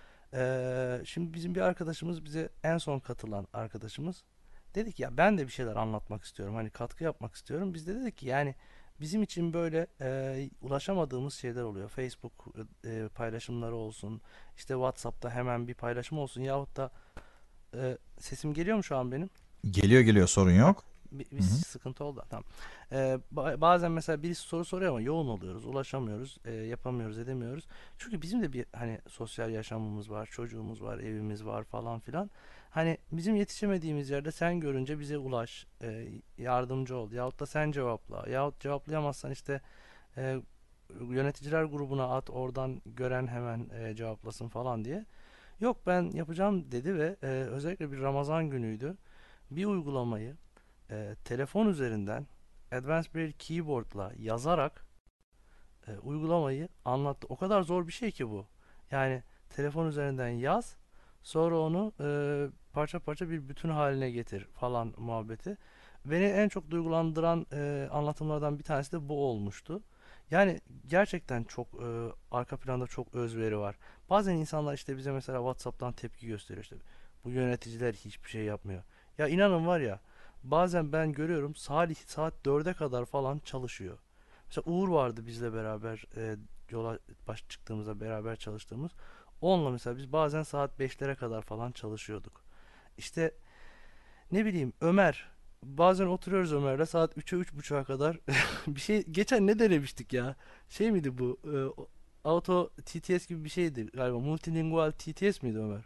Ee, şimdi bizim bir arkadaşımız bize en son katılan arkadaşımız dedik ya ben de bir şeyler anlatmak istiyorum. Hani katkı yapmak istiyorum. Biz de dedik ki yani bizim için böyle e, ulaşamadığımız şeyler oluyor. Facebook e, paylaşımları olsun. İşte WhatsApp'ta hemen bir paylaşım olsun. Yahut da e, sesim geliyor mu şu an benim? Geliyor geliyor, sorun Heh, yok. bir, bir Hı hı. sıkıntı oldu. Tamam. Ee, ba- bazen mesela birisi soru soruyor ama yoğun oluyoruz, ulaşamıyoruz, e, yapamıyoruz, edemiyoruz. Çünkü bizim de bir hani sosyal yaşamımız var, çocuğumuz var, evimiz var falan filan. Hani bizim yetişemediğimiz yerde sen görünce bize ulaş, e, yardımcı ol. Yahut da sen cevapla. Yahut cevaplayamazsan işte e, yöneticiler grubuna at, oradan gören hemen e, cevaplasın falan diye. Yok ben yapacağım dedi ve e, özellikle bir Ramazan günüydü. Bir uygulamayı e, telefon üzerinden Advanced bir keyboardla yazarak e, uygulamayı anlattı. O kadar zor bir şey ki bu. Yani telefon üzerinden yaz, sonra onu e, parça parça bir bütün haline getir falan muhabbeti. Beni en çok duygulandıran e, anlatımlardan bir tanesi de bu olmuştu. Yani gerçekten çok e, arka planda çok özveri var. Bazen insanlar işte bize mesela WhatsApp'tan tepki gösteriyor işte. Bu yöneticiler hiçbir şey yapmıyor. Ya inanın var ya bazen ben görüyorum Salih saat dörde kadar falan çalışıyor. Mesela Uğur vardı bizle beraber e, yola baş çıktığımızda beraber çalıştığımız. Onunla mesela biz bazen saat beşlere kadar falan çalışıyorduk. İşte ne bileyim Ömer. Bazen oturuyoruz Ömer'le saat üçe üç buçuğa kadar. Bir şey geçen ne denemiştik ya? Şey miydi bu? E, Auto T T S gibi bir şeydi galiba. Multilingual T T S miydi Ömer?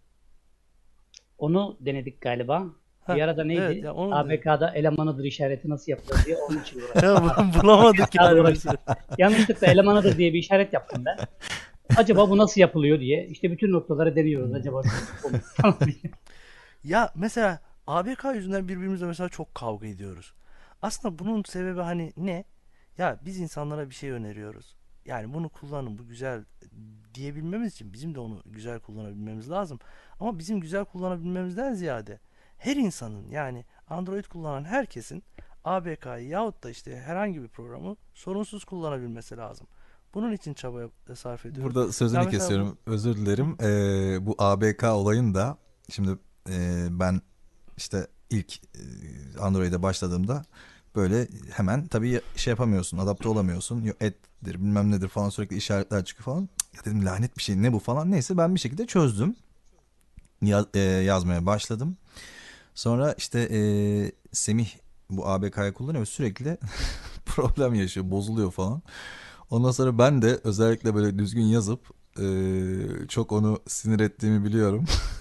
Onu denedik galiba. Heh, Bir arada evet neydi? ya onu dedik. A B K'da elemanıdır işareti nasıl yapılır diye onun için uğraştık. Ya Adam bulamadık sekiz saat yani uğraştık. mesela. Yanlışlıkla elemanıdır diye bir işaret yaptım ben. Acaba bu nasıl yapılıyor diye. İşte bütün noktaları deniyoruz. Acaba şu mu bu mu falan diye. Ya mesela A B K yüzünden birbirimizle mesela çok kavga ediyoruz. Aslında bunun sebebi hani ne? Ya biz insanlara bir şey öneriyoruz. Yani bunu kullanın, bu güzel diyebilmemiz için bizim de onu güzel kullanabilmemiz lazım. Ama bizim güzel kullanabilmemizden ziyade her insanın yani Android kullanan herkesin A B K'yı yahut da işte herhangi bir programı sorunsuz kullanabilmesi lazım. Bunun için çaba yap- sarf ediyoruz. Burada Ya sözünü mesela bu kesiyorum, özür Hı dilerim. hı. Ee, bu A B K olayın da şimdi e, ben işte ilk e, Android'e başladığımda böyle hemen tabii şey yapamıyorsun, adapte olamıyorsun. Yo, ettir bilmem nedir falan, sürekli işaretler çıkıyor falan. Ya dedim lanet bir şey, ne bu falan, neyse ben bir şekilde çözdüm. ya- e, yazmaya başladım. Sonra işte e, Semih bu A B K'yı kullanıyor ve sürekli problem yaşıyor, bozuluyor falan. Ondan sonra ben de özellikle böyle düzgün yazıp e, çok onu sinir ettiğimi biliyorum.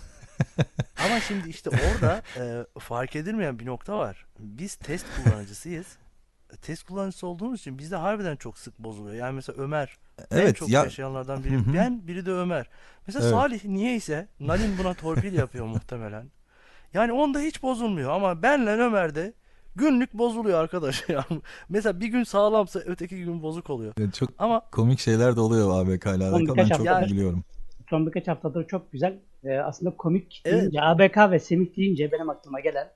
Ama şimdi işte orada e, fark edilmeyen bir nokta var. Biz test kullanıcısıyız. E, Test kullanıcısı olduğumuz için bizde harbiden çok sık bozuluyor. Yani mesela Ömer en Evet çok ya. yaşayanlardan Hı biri. hı. Ben, biri de Ömer. Mesela Evet. Salih niyeyse Nalin buna torpil yapıyor muhtemelen. Yani onda hiç bozulmuyor ama benle Ömer'de günlük bozuluyor arkadaş. Ya. Mesela bir gün sağlamsa öteki gün bozuk oluyor. Yani çok Ama komik şeyler de oluyor A B K ile Son alakalı. Ben birkaç çok yani haftadır biliyorum. son birkaç haftadır çok güzel. Ee, aslında komik evet. deyince A B K ve Semih deyince benim aklıma gelen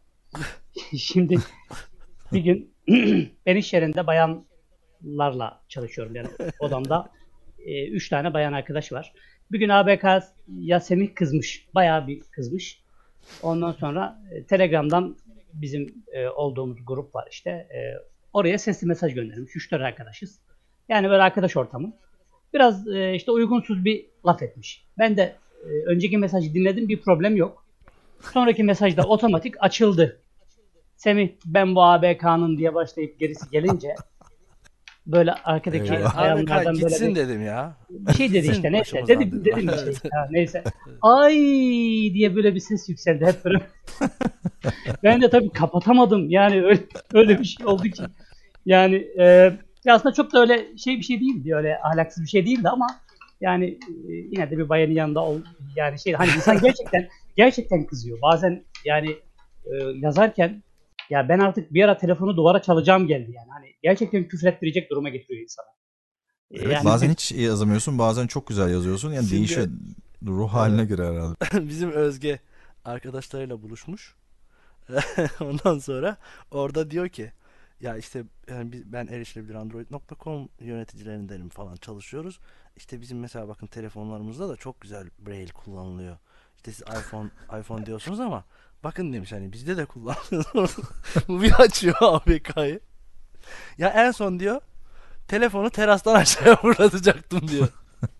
şimdi bir gün ben iş yerinde bayanlarla çalışıyorum. Yani odamda e, üç tane bayan arkadaş var. Bir gün A B K ya Semih kızmış. Bayağı bir kızmış. Ondan sonra e, Telegram'dan bizim e, olduğumuz grup var işte. E, oraya sesli mesaj göndermiş. Üç dört arkadaşız. Yani böyle arkadaş ortamı. Biraz e, işte uygunsuz bir laf etmiş. Ben de e, önceki mesajı dinledim, bir problem yok. Sonraki mesajda otomatik açıldı. Semih ben bu A B K'nın diye başlayıp gerisi gelince böyle arkadaki Yani Eyvah. A B K bayanlardan böyle gitsin bir dedim ya. bir şey dedi Gitsin işte, neyse. başımızdan Dedim dedim. dedim bir şey Evet. işte. Ha, neyse. Ay diye böyle bir ses yükseldi hep böyle. Ben de tabii kapatamadım. Yani öyle, öyle bir şey oldu ki. Yani e, ya aslında çok da öyle şey bir şey değildi. Öyle ahlaksız bir şey değildi ama yani e, yine de bir bayanın yanında ol, yani şey hani insan gerçekten gerçekten kızıyor. Bazen yani e, yazarken ya ben artık bir ara telefonu duvara çalacağım geldi yani. Hani gerçekten küfrettirecek duruma getiriyor insana. E, Evet, Yani bazen hiç yazamıyorsun, bazen çok güzel yazıyorsun. Yani Şimdi değişiyor. Ruh evet, haline göre herhalde. bizim Özge arkadaşlarıyla buluşmuş. Ondan sonra orada diyor ki ya işte yani biz- ben erişilebilir android nokta com yöneticilerindenim falan çalışıyoruz. İşte bizim mesela bakın telefonlarımızda da çok güzel Braille kullanılıyor. İşte siz iPhone iPhone diyorsunuz ama bakın demiş hani bizde de kullanılıyor. Bu bir açıyor A B K'yı. Ya en son diyor telefonu terastan aşağıya fırlatacaktım diyor.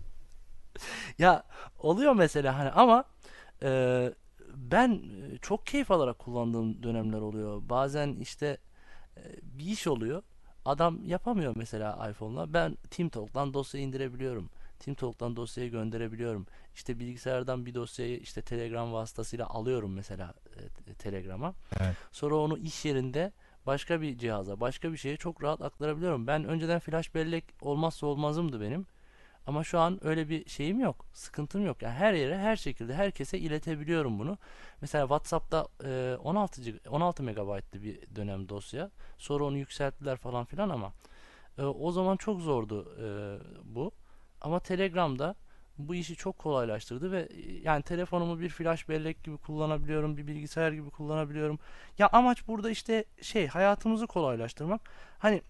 Ya oluyor mesela hani ama e, ben e, çok keyif alarak kullandığım dönemler oluyor. Bazen işte e, bir iş oluyor. Adam yapamıyor mesela iPhone'la. Ben TeamTalk'tan dosya indirebiliyorum. TeamTalk'tan dosyayı gönderebiliyorum. İşte bilgisayardan bir dosyayı işte Telegram vasıtasıyla alıyorum mesela e, Telegram'a. Evet. Sonra onu iş yerinde başka bir cihaza, başka bir şeye çok rahat aktarabiliyorum. Ben önceden flash bellek olmazsa olmazımdı benim. Ama şu an öyle bir şeyim yok. Sıkıntım yok. Yani her yere, her şekilde herkese iletebiliyorum bunu. Mesela WhatsApp'ta e, on altı, on altı megabaytlı bir dönem dosya. Sonra onu yükselttiler falan filan ama e, o zaman çok zordu e, bu. Ama Telegram'da bu işi çok kolaylaştırdı ve e, yani telefonumu bir flash bellek gibi kullanabiliyorum, bir bilgisayar gibi kullanabiliyorum. Ya amaç burada işte şey hayatımızı kolaylaştırmak. Hani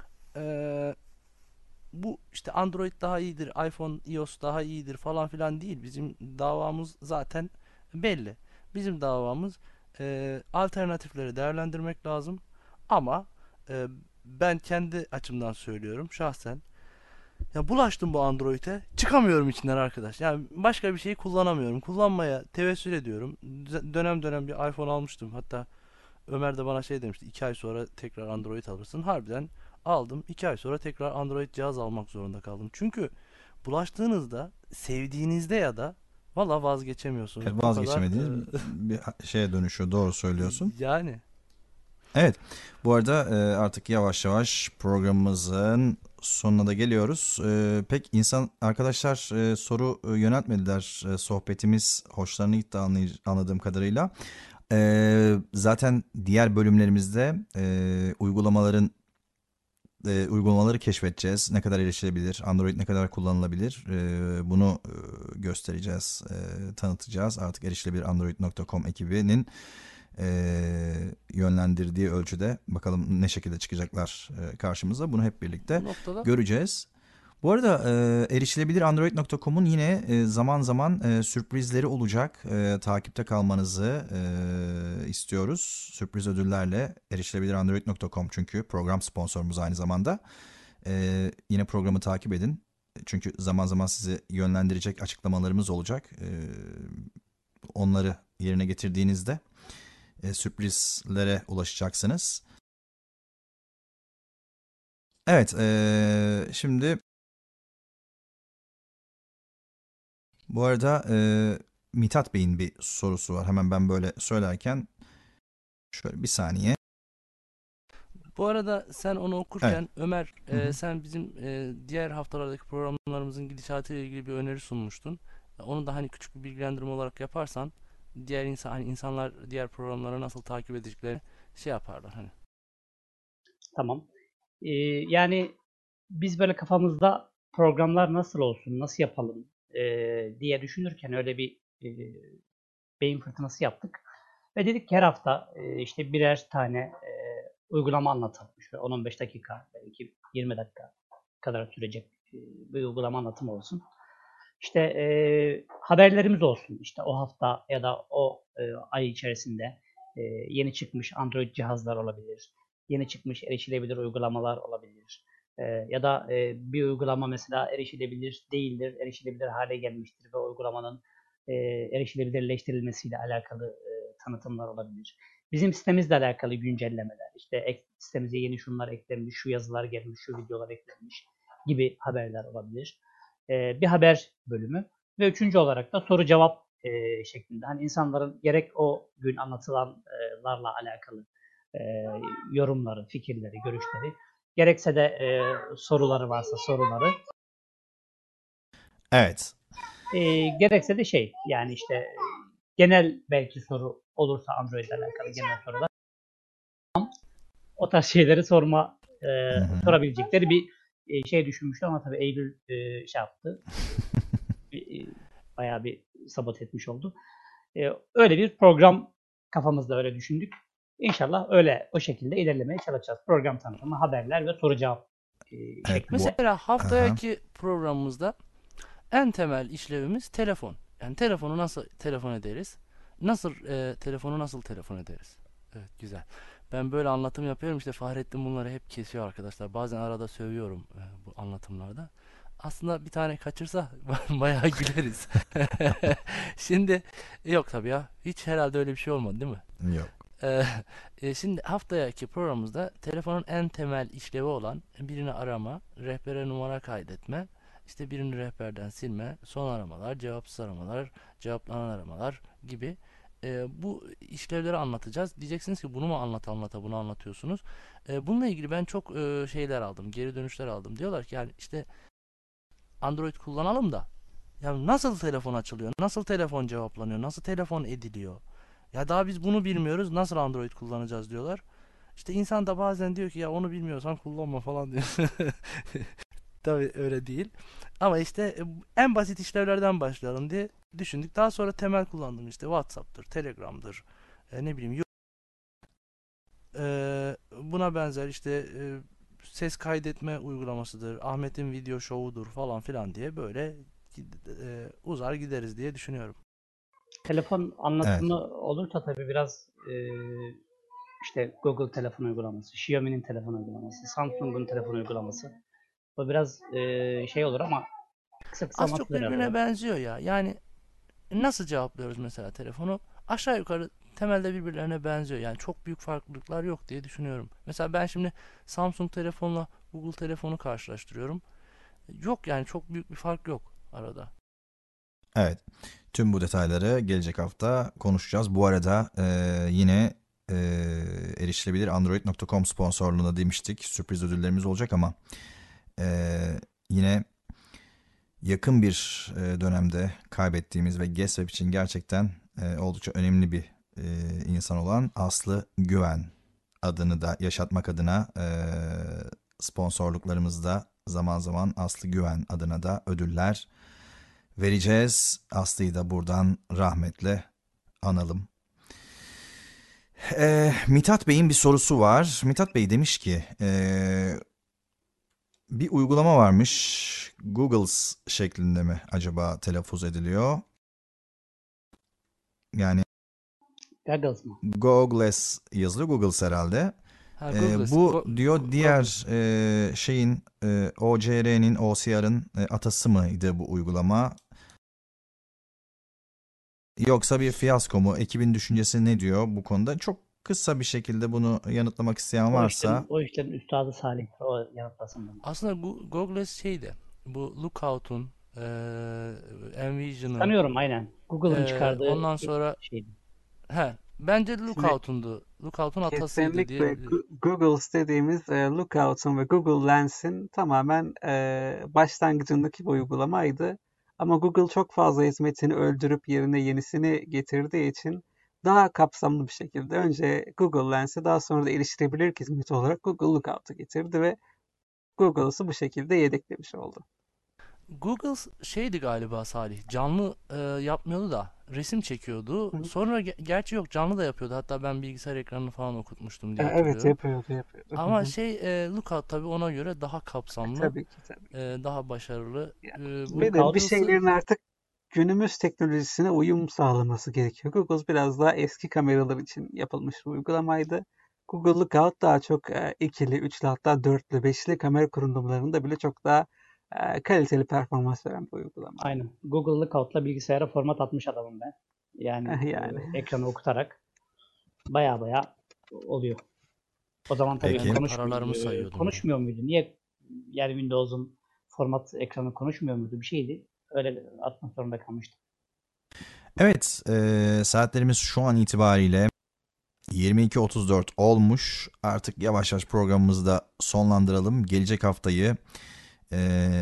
e, bu işte Android daha iyidir, iPhone, iOS daha iyidir falan filan değil. Bizim davamız zaten belli. Bizim davamız e, alternatifleri değerlendirmek lazım. Ama e, ben kendi açımdan söylüyorum şahsen. Ya bulaştım bu Android'e. Çıkamıyorum içinden arkadaş. Yani başka bir şeyi kullanamıyorum. Kullanmaya tevessül ediyorum. Dönem dönem bir iPhone almıştım. Hatta Ömer de bana şey demişti. iki ay sonra tekrar Android alırsın. Harbiden aldım. iki ay sonra tekrar Android cihaz almak zorunda kaldım. Çünkü bulaştığınızda, sevdiğinizde ya da valla vazgeçemiyorsunuz. Evet, O kadar vazgeçemediğiniz bir şeye dönüşüyor. Doğru e, söylüyorsun. yani Evet. Bu arada e, artık yavaş yavaş programımızın sonuna da geliyoruz. E, pek insan arkadaşlar e, soru e, yöneltmediler. E, sohbetimiz hoşlarına gitti anlay- anladığım kadarıyla. E, zaten diğer bölümlerimizde e, uygulamaların e, uygulamaları keşfedeceğiz. Ne kadar erişilebilir, Android ne kadar kullanılabilir, e, bunu e, göstereceğiz, e, tanıtacağız. Artık erişilebilir android nokta com ekibinin e, yönlendirdiği ölçüde bakalım ne şekilde çıkacaklar e, karşımıza. Bunu hep birlikte bu noktada göreceğiz. Bu arada e, erişilebilir android nokta com'un yine e, zaman zaman e, sürprizleri olacak. E, takipte kalmanızı e, istiyoruz. Sürpriz ödüllerle erişilebilir android nokta com çünkü program sponsorumuz aynı zamanda. E, yine programı takip edin. Çünkü zaman zaman sizi yönlendirecek açıklamalarımız olacak. E, onları yerine getirdiğinizde e, sürprizlere ulaşacaksınız. Evet, e, şimdi bu arada e, Mithat Bey'in bir sorusu var. Hemen ben böyle söylerken şöyle bir saniye. Bu arada sen onu Evet. okurken Ömer, Hı e, hı. sen bizim e, diğer haftalardaki programlarımızın gidişatıyla ilgili bir öneri sunmuştun. Onu da hani küçük bir bilgilendirme olarak yaparsan diğer insan hani insanlar diğer programları nasıl takip edeceklerini şey yaparlar hani. Tamam. Ee, yani biz böyle kafamızda programlar nasıl olsun, nasıl yapalım ee, diye düşünürken öyle bir e, beyin fırtınası yaptık. Ve dedik ki her hafta e, işte birer tane e, uygulama anlatalım. Şöyle on on beş dakika, belki yirmi dakika kadar sürecek e, bir uygulama anlatımı olsun. İşte e, haberlerimiz olsun. İşte o hafta ya da o e, ay içerisinde e, yeni çıkmış Android cihazlar olabilir. Yeni çıkmış erişilebilir uygulamalar olabilir. E, ya da e, bir uygulama mesela erişilebilir değildir, erişilebilir hale gelmiştir ve uygulamanın e, erişilebilirleştirilmesiyle alakalı e, tanıtımlar olabilir. Bizim sitemizle alakalı güncellemeler, işte ek, sitemize yeni şunlar eklenmiş, şu yazılar gelmiş, şu videolar eklenmiş gibi haberler olabilir. E, bir haber bölümü ve üçüncü olarak da soru cevap e, şeklinde. Hani insanların gerek o gün anlatılanlarla alakalı e, yorumları, fikirleri, görüşleri, gerekse de e, soruları varsa soruları, Evet. e, gerekse de şey yani işte genel belki soru olursa Android ile alakalı genel sorular o tarz şeyleri sorma e, Hı hı. sorabilecekleri bir e, şey düşünmüştüm ama tabii Eylül e, şey yaptı. E, bayağı bir sabot etmiş oldu. E, öyle bir program kafamızda öyle düşündük. İnşallah öyle o şekilde ilerlemeye çalışacağız. Program tanıtımı, haberler ve soru cevap e, Evet, şeklinde. bu Mesela aha. haftaki programımızda en temel işlevimiz telefon. Yani telefonu nasıl telefon ederiz? Nasıl e, telefonu nasıl telefon ederiz? Evet, güzel. Ben böyle anlatım yapıyorum işte Fahrettin bunları hep kesiyor arkadaşlar. Bazen arada sövüyorum e, bu anlatımlarda. Aslında bir tane kaçırsa bayağı güleriz. Şimdi yok tabii ya. Hiç herhalde öyle bir şey olmadı değil mi? Yok. Ee, e, şimdi haftaki programımızda telefonun en temel işlevi olan birini arama, rehbere numara kaydetme, işte birini rehberden silme, son aramalar, cevapsız aramalar, cevaplanan aramalar gibi e, bu işlevleri anlatacağız. Diyeceksiniz ki bunu mu anlata anlata bunu anlatıyorsunuz? E, bununla ilgili ben çok e, şeyler aldım, geri dönüşler aldım. Diyorlar ki yani işte Android kullanalım da ya nasıl telefon açılıyor, nasıl telefon cevaplanıyor, nasıl telefon ediliyor? Ya daha biz bunu bilmiyoruz. Nasıl Android kullanacağız diyorlar. İşte insan da bazen diyor ki ya onu bilmiyorsan kullanma falan diyor. Tabii öyle değil. Ama işte e, en basit işlevlerden başlayalım diye düşündük. Daha sonra temel kullandığım işte WhatsApp'tır, Telegram'dır, e, ne bileyim yo- e, buna benzer işte e, ses kaydetme uygulamasıdır, Ahmet'in video şovudur falan filan diye böyle e, uzar gideriz diye düşünüyorum. Telefon Evet. anlatımı olursa tabii biraz e, işte Google telefon uygulaması, Xiaomi'nin telefon uygulaması, Samsung'un telefon uygulaması. O biraz e, şey olur ama kısa kısa Az çok anlatılır birbirine herhalde. benziyor ya. Yani nasıl cevaplıyoruz mesela telefonu? Aşağı yukarı temelde birbirlerine benziyor. Yani çok büyük farklılıklar yok diye düşünüyorum. Mesela ben şimdi Samsung telefonla Google telefonu karşılaştırıyorum. Yok yani çok büyük bir fark yok arada. Evet. Tüm bu detayları gelecek hafta konuşacağız. Bu arada e, yine e, erişilebilir android nokta com sponsorluğunda demiştik. Sürpriz ödüllerimiz olacak ama e, yine yakın bir e, dönemde kaybettiğimiz ve GESWeb için gerçekten e, oldukça önemli bir e, insan olan Aslı Güven adını da yaşatmak adına e, sponsorluklarımızda zaman zaman Aslı Güven adına da ödüller vereceğiz. Aslı'yı da buradan rahmetle analım. E, Mithat Bey'in bir sorusu var. Mithat Bey demiş ki e, bir uygulama varmış. Googles şeklinde mi acaba telaffuz ediliyor? Yani Goggles mı? Googles yazılıyor. Googles herhalde. Ha E, Google's, bu Go- diyor Go- Google's. diğer e, şeyin e, O C R'nin, O C R'ın e, atası mıydı bu uygulama? yoksa bir fiyasko mu? Ekibin düşüncesi ne diyor bu konuda? Çok kısa bir şekilde bunu yanıtlamak isteyen O varsa. işlerin, o işlerin üstadı Salih. O yanıtlasın bunu. Aslında Gu- Google şeydi. Bu Lookout'un, eee Envision'ın, Tanıyorum aynen. Google'ın eee, çıkardığı ondan sonra şeydi. he bence Şimdi Lookout'undu. Lookout'un atasıydı kesinlikle diye. Gu- Google dediğimiz e, Lookout'un ve Google Lens'in tamamen e, başlangıcındaki bir uygulamaydı. Ama Google çok fazla hizmetini öldürüp yerine yenisini getirdiği için daha kapsamlı bir şekilde önce Google Lens'i, daha sonra da erişilebilir hizmet olarak Google Lookout'u getirdi ve Google'sı bu şekilde yedeklemiş oldu. Google şeydi galiba Salih. Canlı e, yapmıyordu da resim çekiyordu. Hı hı. Sonra ge- gerçi yok, canlı da yapıyordu. Hatta ben bilgisayar ekranını falan okutmuştum E, diye Evet, hatırlıyorum. yapıyordu yapıyordu. Hı Ama hı. şey e, Lookout tabii ona göre daha E, kapsamlı, Tabii ki tabii ki. e, daha başarılı. Yani E, bu bir de bir Lookout Google'sı şeylerin artık günümüz teknolojisine uyum sağlaması gerekiyor. Google biraz daha eski kameralar için yapılmış bir uygulamaydı. Google Lookout daha çok e, ikili, üçlü, hatta dörtlü, beşli kamera kurulumlarında bile çok daha e, kaliteli performans veren bir uygulama. Aynen. Google Lookout'la bilgisayara format atmış adamım ben. Yani Eh, e, Yani ekranı okutarak baya baya oluyor. O zaman tabii Peki. ben de konuşmuyor, paralarımı e, sayıyordum ya. konuşmuyor muydu? Niye? Yani Windows'un format ekranı konuşmuyor muydu? Bir şeydi. Öyle atmak zorunda kalmıştım. Evet, e, saatlerimiz şu an itibariyle yirmi iki otuz dört olmuş. Artık yavaş yavaş programımızı da sonlandıralım. Gelecek haftayı e,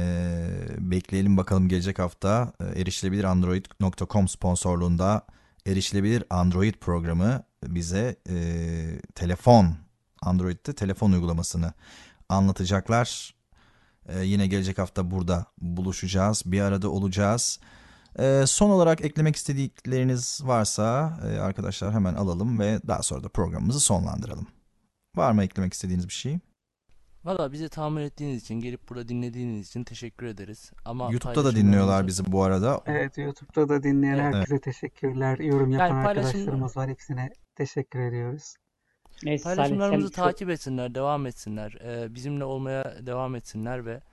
bekleyelim bakalım, gelecek hafta e, erişilebilir android nokta com sponsorluğunda erişilebilir Android programı bize e, telefon, Android'de telefon uygulamasını anlatacaklar. E, yine gelecek hafta burada buluşacağız, bir arada olacağız. Ee, son olarak eklemek istedikleriniz varsa e, arkadaşlar hemen alalım ve daha sonra da programımızı sonlandıralım. Var mı eklemek istediğiniz bir şey? Valla bizi tahammül ettiğiniz için, gelip burada dinlediğiniz için teşekkür ederiz. Ama YouTube'da da dinliyorlar paylaşımlarımızı bizi bu arada. evet, YouTube'da da dinleyen evet, Evet. herkese teşekkürler. Yorum yapan yani paylaşımlar arkadaşlarımız var. Hepsine teşekkür ediyoruz. Neyse Salih sen paylaşımlarımızı şu takip etsinler, devam etsinler. Ee, bizimle olmaya devam etsinler ve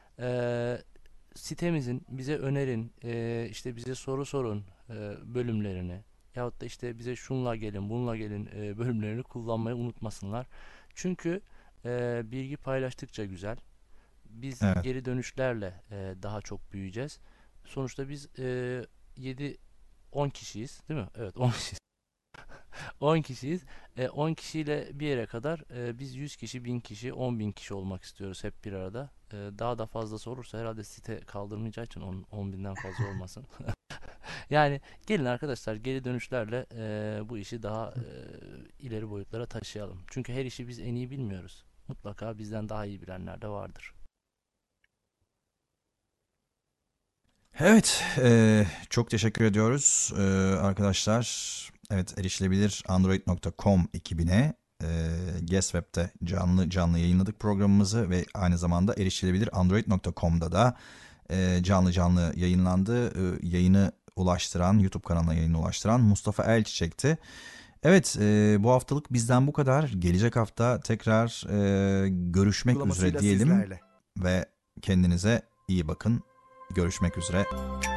e, sitemizin bize önerin, e, işte bize soru sorun e, bölümlerini, yahut da işte bize şunla gelin, bununla gelin e, bölümlerini kullanmayı unutmasınlar. Çünkü e, bilgi paylaştıkça güzel. Biz Evet. geri dönüşlerle e, daha çok büyüyeceğiz. Sonuçta biz e, yedi on kişiyiz, değil mi? Evet, on kişiyiz. on kişiyiz. E, on kişiyle bir yere kadar e, biz yüz kişi, bin kişi, on bin kişi olmak istiyoruz hep bir arada. E, daha da fazlası olursa herhalde site kaldırmayacağı için on binden fazla olmasın. Yani gelin arkadaşlar, geri dönüşlerle e, bu işi daha e, ileri boyutlara taşıyalım. Çünkü her işi biz en iyi bilmiyoruz. Mutlaka bizden daha iyi bilenler de vardır. Evet, e, çok teşekkür ediyoruz e, arkadaşlar. Evet, erişilebilir android nokta com ekibine e, Guest Web'te canlı canlı yayınladık programımızı ve aynı zamanda erişilebilir android nokta com'da da e, canlı canlı yayınlandı. E, yayını ulaştıran, YouTube kanalına yayını ulaştıran Mustafa Elçiçek'ti. Evet, e, bu haftalık bizden bu kadar. Gelecek hafta tekrar e, görüşmek üzere Uygulamasıyla diyelim sizlerle. ve kendinize iyi bakın. Görüşmek üzere.